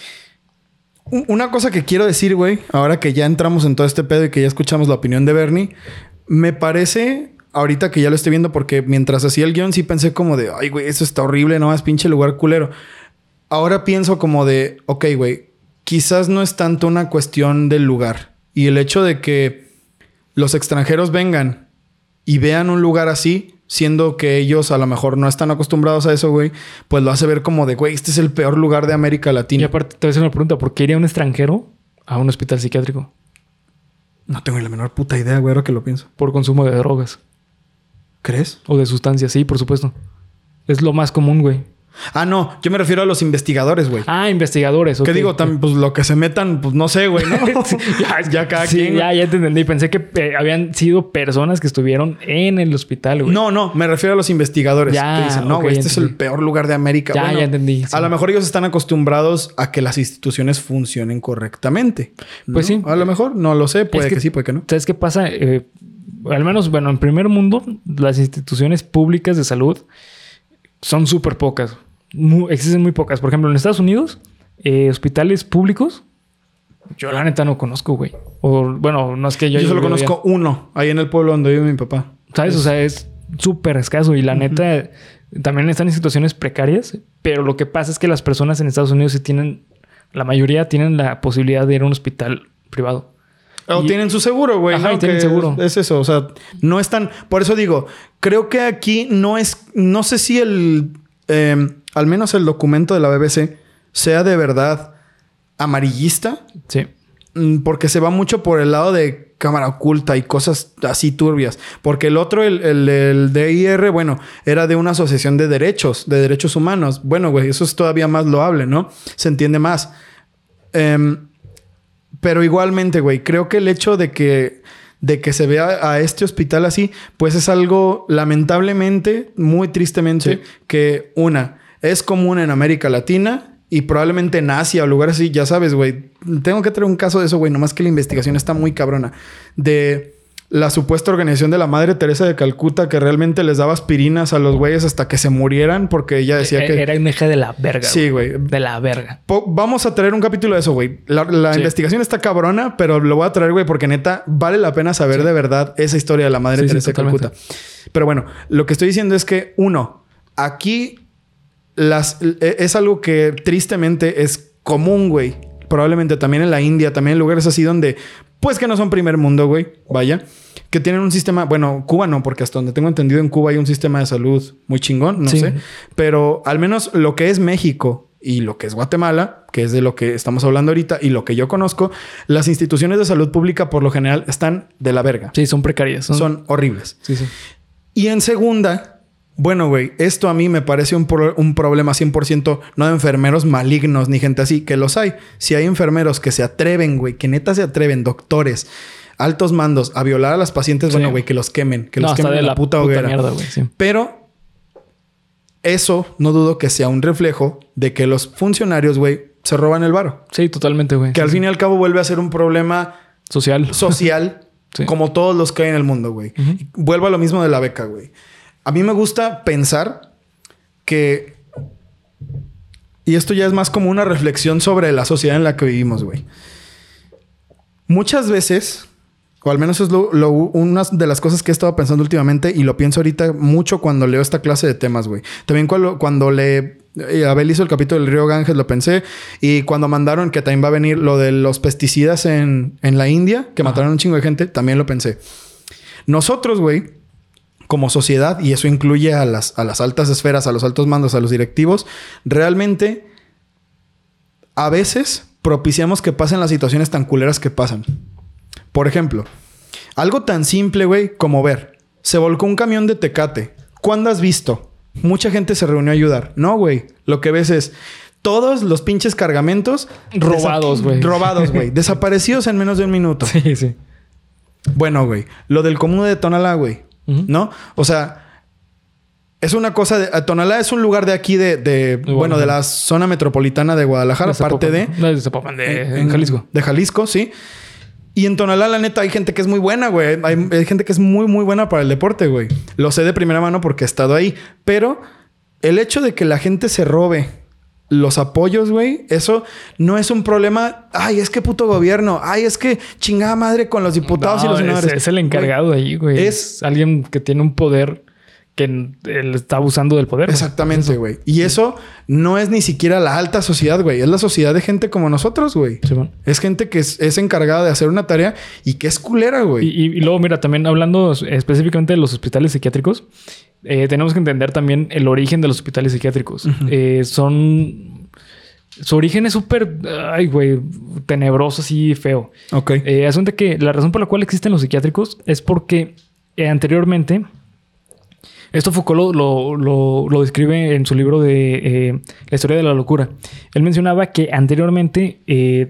una cosa que quiero decir, güey, ahora que ya entramos en todo este pedo y que ya escuchamos la opinión de Bernie, me parece, ahorita que ya lo estoy viendo, porque mientras hacía el guión sí pensé como de, ay, güey, eso está horrible, no más pinche lugar culero. Ahora pienso como de, ok, güey, quizás no es tanto una cuestión del lugar. Y el hecho de que los extranjeros vengan y vean un lugar así, siendo que ellos a lo mejor no están acostumbrados a eso, güey, pues lo hace ver como de, güey, este es el peor lugar de América Latina. Y aparte te voy a hacer una pregunta. ¿Por qué iría un extranjero a un hospital psiquiátrico? No tengo ni la menor puta idea, güey, ahora que lo pienso. Por consumo de drogas. ¿Crees? O de sustancias. Sí, por supuesto. Es lo más común, güey. Ah, no. Yo me refiero a los investigadores, güey. Ah, investigadores. ¿Qué ok. digo? Pues lo que se metan, pues no sé, güey, ¿no? ya cada Sí, quien. ya te entendí. Pensé que habían sido personas que estuvieron en el hospital, güey. No. Me refiero a los investigadores. Ya, que dicen, no, ok, güey, ya este es entendí. el peor lugar de América. Ya, Bueno, ya entendí. Sí. A lo mejor ellos están acostumbrados a que las instituciones funcionen correctamente. ¿no? Pues sí. A lo mejor. No lo sé. Puede que sí, puede que no. ¿Sabes qué pasa? Al menos, bueno, en primer mundo, las instituciones públicas de salud son súper pocas. Existen muy pocas. Por ejemplo, en Estados Unidos, hospitales públicos, yo la neta no conozco, güey. O bueno, no es que Yo solo viva allá. conozco uno. Ahí en el pueblo donde vive mi papá. ¿Sabes? O sea, es súper escaso. Y la neta, también están en situaciones precarias. Pero lo que pasa es que las personas en Estados Unidos sí tienen... La mayoría tienen la posibilidad de ir a un hospital privado. O Y- tienen su seguro, güey. Ajá, ¿no? y tienen Que seguro. Es eso. O sea, no están... Por eso digo, creo que aquí no es... No sé si al menos el documento de la BBC sea de verdad amarillista. Sí. Porque se va mucho por el lado de cámara oculta y cosas así turbias. Porque el otro, el DIR, bueno, era de una asociación de derechos humanos. Bueno, güey, eso es todavía más loable, ¿no? Se entiende más. Pero igualmente, güey, creo que el hecho de que se vea a este hospital así, pues es algo lamentablemente, muy tristemente, Sí. que es común en América Latina y probablemente en Asia o lugares así, ya sabes, güey. Tengo que traer un caso de eso, güey, nomás que la investigación está muy cabrona. De la supuesta organización de la Madre Teresa de Calcuta que realmente les daba aspirinas a los güeyes hasta que se murieran porque ella decía que... Era una hija de la verga. Sí, güey. De la verga. Vamos a traer un capítulo de eso, güey. La Sí. investigación está cabrona, pero lo voy a traer, güey, porque neta vale la pena saber de verdad esa historia de la Madre Sí, Teresa de totalmente. Calcuta. Pero bueno, lo que estoy diciendo es que, aquí es algo que tristemente es común, güey. Probablemente también en la India, también en lugares así donde, pues que no son primer mundo, güey. Vaya. Que tienen un sistema... Bueno, Cuba no, porque hasta donde tengo entendido en Cuba hay un sistema de salud muy chingón. No Sí. sé. Pero al menos lo que es México y lo que es Guatemala, que es de lo que estamos hablando ahorita y lo que yo conozco, las instituciones de salud pública por lo general están de la verga. Sí, son precarias. Son horribles. Sí, sí. Y en segunda, bueno, güey, esto a mí me parece un problema 100%, no de enfermeros malignos ni gente así, que los hay. Si hay enfermeros que se atreven, güey, que neta se atreven, doctores, altos mandos, a violar a las pacientes, Sí. bueno, güey, que los quemen, que los hasta quemen de en la puta hoguera. mierda, güey. Sí. Pero eso no dudo que sea un reflejo de que los funcionarios, güey, se roban el varo. Sí, totalmente, güey. Que al fin y al cabo vuelve a ser un problema Social. social, Sí. como todos los que hay en el mundo, güey. Y vuelvo a lo mismo de la beca, güey. A mí me gusta pensar que... Y esto ya es más como una reflexión sobre la sociedad en la que vivimos, güey. Muchas veces, o al menos es una de las cosas que he estado pensando últimamente y lo pienso ahorita mucho cuando leo esta clase de temas, güey. También cuando Abel hizo el capítulo del Río Ganges, lo pensé. Y cuando mandaron que también va a venir lo de los pesticidas en la India, que mataron a un chingo de gente, también lo pensé. Nosotros, güey, como sociedad, y eso incluye a las altas esferas, a los altos mandos, a los directivos, realmente a veces propiciamos que pasen las situaciones tan culeras que pasan. Por ejemplo, algo tan simple, güey, como ver. Se volcó un camión de Tecate. ¿Cuándo has visto? Mucha gente se reunió a ayudar. No, güey. Lo que ves es todos los pinches cargamentos... Robados, güey. Robados, güey. Desaparecidos en menos de un minuto. Sí, sí. Bueno, güey. Lo del común de Tonalá, güey. Ujú. ¿No? O sea... Es una cosa de... Tonalá es un lugar de aquí bueno, de la zona metropolitana de Guadalajara. Parte de... No, de Zapopan, en Jalisco. De Jalisco, sí. Y en Tonalá, la neta, hay gente que es muy buena, güey. Hay gente que es muy, muy buena para el deporte, güey. Lo sé de primera mano porque he estado ahí. Pero el hecho de que la gente se robe los apoyos, güey, eso no es un problema. Ay, es que puto gobierno. Ay, es que chingada madre con los diputados y los senadores. Es el encargado ahí, güey. Es alguien que tiene un poder que él está abusando del poder. Exactamente, güey. Y eso no es ni siquiera la alta sociedad, güey. Es la sociedad de gente como nosotros, güey. Sí, bueno. Es gente que es encargada de hacer una tarea y que es culera, güey. Y luego, mira, también hablando específicamente de los hospitales psiquiátricos, tenemos que entender también el origen de los hospitales psiquiátricos. Su origen es súper, ay, güey, tenebroso, así feo. Ok. Asunto que la razón por la cual existen los psiquiátricos es porque anteriormente, esto Foucault lo describe en su libro de La historia de la locura. Él mencionaba que anteriormente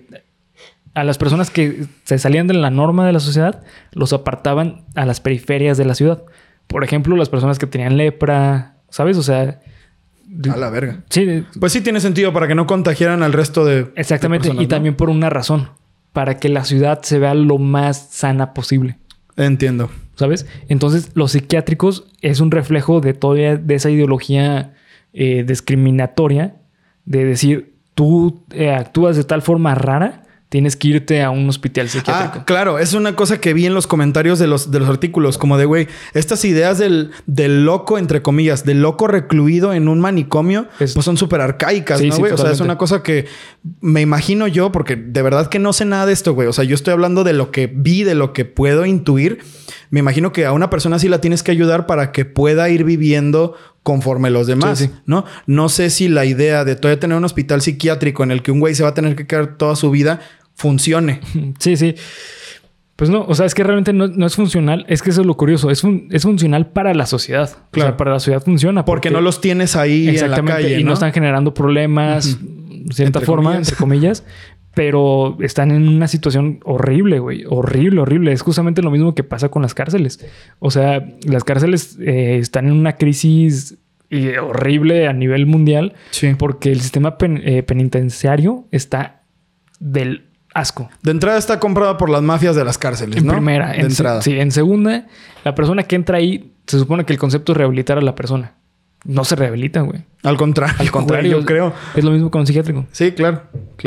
a las personas que se salían de la norma de la sociedad los apartaban a las periferias de la ciudad. Por ejemplo, las personas que tenían lepra, ¿sabes? O sea... A la verga. Sí. Pues sí tiene sentido para que no contagiaran al resto de... Exactamente. De personas, y también por una razón. Para que la ciudad se vea lo más sana posible. Entiendo. ¿Sabes? Entonces, los psiquiátricos es un reflejo de toda de esa ideología discriminatoria de decir, tú actúas de tal forma rara, tienes que irte a un hospital psiquiátrico. Ah, claro. Es una cosa que vi en los comentarios de los artículos. Como de, güey, estas ideas del loco, entre comillas, del loco recluido en un manicomio, pues son súper arcaicas, sí, ¿no, güey? Sí, o sea, es una cosa que me imagino yo, porque de verdad que no sé nada de esto, güey. O sea, yo estoy hablando de lo que vi, de lo que puedo intuir. Me imagino que a una persona así la tienes que ayudar para que pueda ir viviendo conforme los demás, sí. ¿No? No sé si la idea de todavía tener un hospital psiquiátrico en el que un güey se va a tener que quedar toda su vida funcione. Sí, sí. Pues no, o sea, es que realmente no es funcional. Es que eso es lo curioso. Es funcional para la sociedad. Claro. O sea, para la sociedad funciona. Porque no los tienes ahí en la calle, y no están generando problemas, de cierta forma, entre comillas. Pero están en una situación horrible, güey. Horrible, horrible. Es justamente lo mismo que pasa con las cárceles. O sea, las cárceles están en una crisis horrible a nivel mundial. Sí. Porque el sistema penitenciario está del asco. De entrada está comprada por las mafias de las cárceles, ¿no? En primera. De entrada. Sí. En segunda, la persona que entra ahí, se supone que el concepto es rehabilitar a la persona. No se rehabilita, güey. Al contrario, yo creo. Es lo mismo con un psiquiátrico. Sí, claro.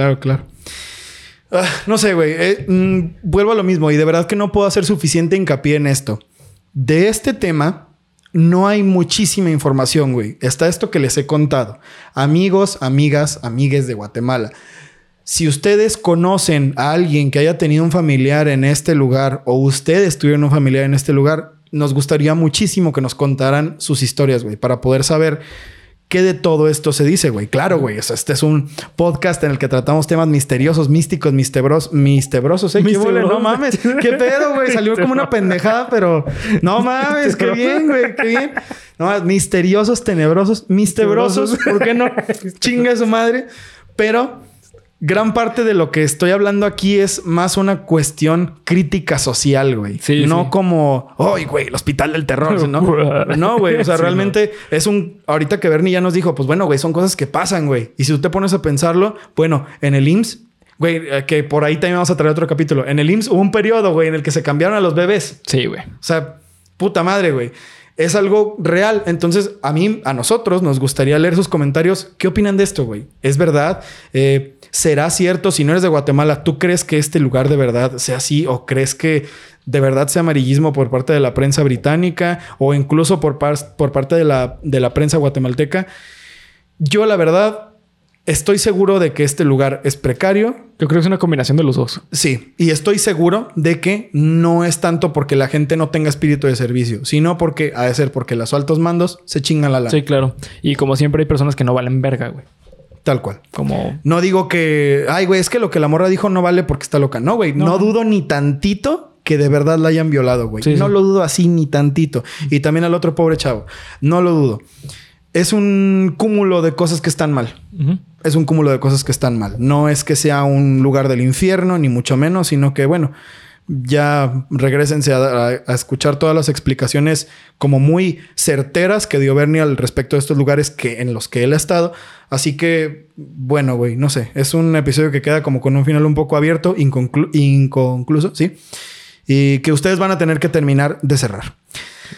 No sé, güey. Vuelvo a lo mismo. Y de verdad que no puedo hacer suficiente hincapié en esto. De este tema no hay muchísima información, güey. Está esto que les he contado. Amigos, amigas, amigues de Guatemala. Si ustedes conocen a alguien que haya tenido un familiar en este lugar o ustedes tuvieron un familiar en este lugar, nos gustaría muchísimo que nos contaran sus historias, güey, para poder saber qué de todo esto se dice, güey. Claro, güey. O sea, este es un podcast en el que tratamos temas misteriosos, místicos, mistebrosos. ¿Qué huele? No mames. ¿Qué pedo, güey? Salió como una pendejada, pero... No mames. Qué bien, güey. Qué bien. No, misteriosos, tenebrosos, mistebrosos. ¿Por qué no? Chinga su madre. Pero... gran parte de lo que estoy hablando aquí es más una cuestión crítica social, güey. Sí, no como... ¡ay, güey! El hospital del terror, ¿no? No, güey. O sea, realmente es un... ahorita que Bernie ya nos dijo, pues bueno, güey, son cosas que pasan, güey. Y si tú te pones a pensarlo, bueno, en el IMSS... güey, que por ahí también vamos a traer otro capítulo. En el IMSS hubo un periodo, güey, en el que se cambiaron a los bebés. Sí, güey. O sea, puta madre, güey. Es algo real. Entonces, a nosotros nos gustaría leer sus comentarios. ¿Qué opinan de esto, güey? ¿Es verdad? ¿Será cierto? Si no eres de Guatemala, ¿tú crees que este lugar de verdad sea así? ¿O crees que de verdad sea amarillismo por parte de la prensa británica? ¿O incluso por parte de la prensa guatemalteca? Yo, la verdad... estoy seguro de que este lugar es precario. Yo creo que es una combinación de los dos. Sí. Y estoy seguro de que no es tanto porque la gente no tenga espíritu de servicio, sino porque ha de ser porque los altos mandos se chingan la lana. Sí, claro. Y como siempre hay personas que no valen verga, güey. Tal cual. Como... no digo que... ay, güey, es que lo que la morra dijo no vale porque está loca. No, güey. No dudo ni tantito que de verdad la hayan violado, güey. Sí, no lo dudo así ni tantito. Y también al otro pobre chavo. No lo dudo. Es un cúmulo de cosas que están mal. Es un cúmulo de cosas que están mal. No es que sea un lugar del infierno, ni mucho menos, sino que, bueno, ya regrésense a escuchar todas las explicaciones como muy certeras que dio Bernie al respecto de estos lugares en los que él ha estado. Así que, bueno, güey, no sé. Es un episodio que queda como con un final un poco abierto, inconcluso, ¿sí? Y que ustedes van a tener que terminar de cerrar.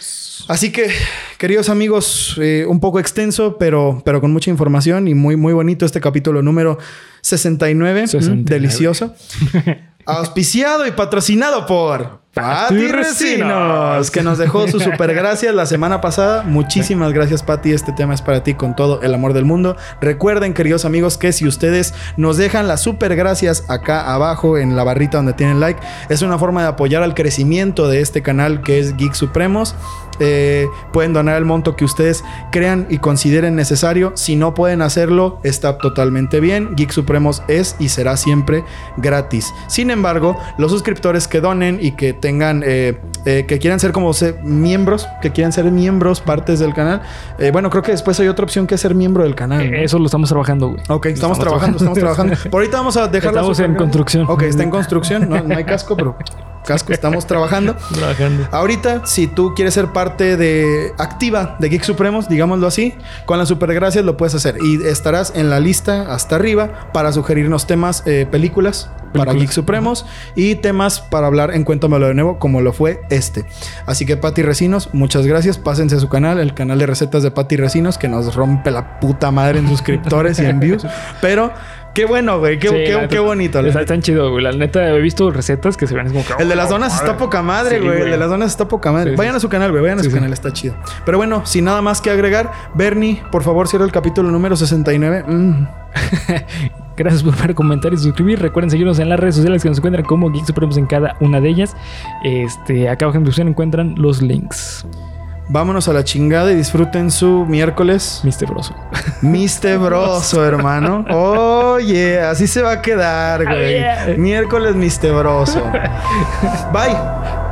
Así que, queridos amigos, un poco extenso, pero con mucha información y muy, muy bonito este capítulo número 69. Delicioso. Auspiciado y patrocinado por Pati Recinos, que nos dejó sus super gracias la semana pasada. Muchísimas gracias, Pati. Este tema es para ti con todo el amor del mundo. Recuerden, queridos amigos, que si ustedes nos dejan las super gracias acá abajo en la barrita donde tienen like, es una forma de apoyar al crecimiento de este canal que es Geek Supremos. Pueden donar el monto que ustedes crean y consideren necesario. Si no pueden hacerlo, está totalmente bien. Geek Supremos es y será siempre gratis. Sin embargo, los suscriptores que donen y que tengan que quieran ser como miembros, que quieran ser miembros, partes del canal, bueno, creo que después hay otra opción que es ser miembro del canal, ¿no? Eso lo estamos trabajando, güey. Ok, estamos trabajando. Por ahorita vamos a dejarlo. Estamos en construcción. Ok, está en construcción. No hay casco, pero casco, estamos trabajando. Ahorita, si tú quieres ser parte activa de Geek Supremos, digámoslo así, con las supergracias lo puedes hacer y estarás en la lista hasta arriba para sugerirnos temas, películas para Geek Supremos y temas para hablar en Cuéntamelo de nuevo, como lo fue este. Así que Pati Recinos, muchas gracias. Pásense a su canal, el canal de recetas de Pati Recinos, que nos rompe la puta madre en suscriptores y en views. Pero qué bueno, güey. Qué bonito. Está tan chido, güey. La neta, he visto recetas que se ven como... El de las donas está poca madre, güey. El de las donas está poca madre. Vayan a su canal, güey. Vayan a su canal. Está chido. Pero bueno, sin nada más que agregar, Bernie, por favor, cierra el capítulo número 69. Gracias por ver, comentar y suscribir. Recuerden seguirnos en las redes sociales que nos encuentran como Geek Supremos en cada una de ellas. Acá abajo en la descripción encuentran los links. Vámonos a la chingada y disfruten su miércoles mistebroso. Mistebroso, hermano. Oye, así se va a quedar, güey. Miércoles mistebroso. Bye.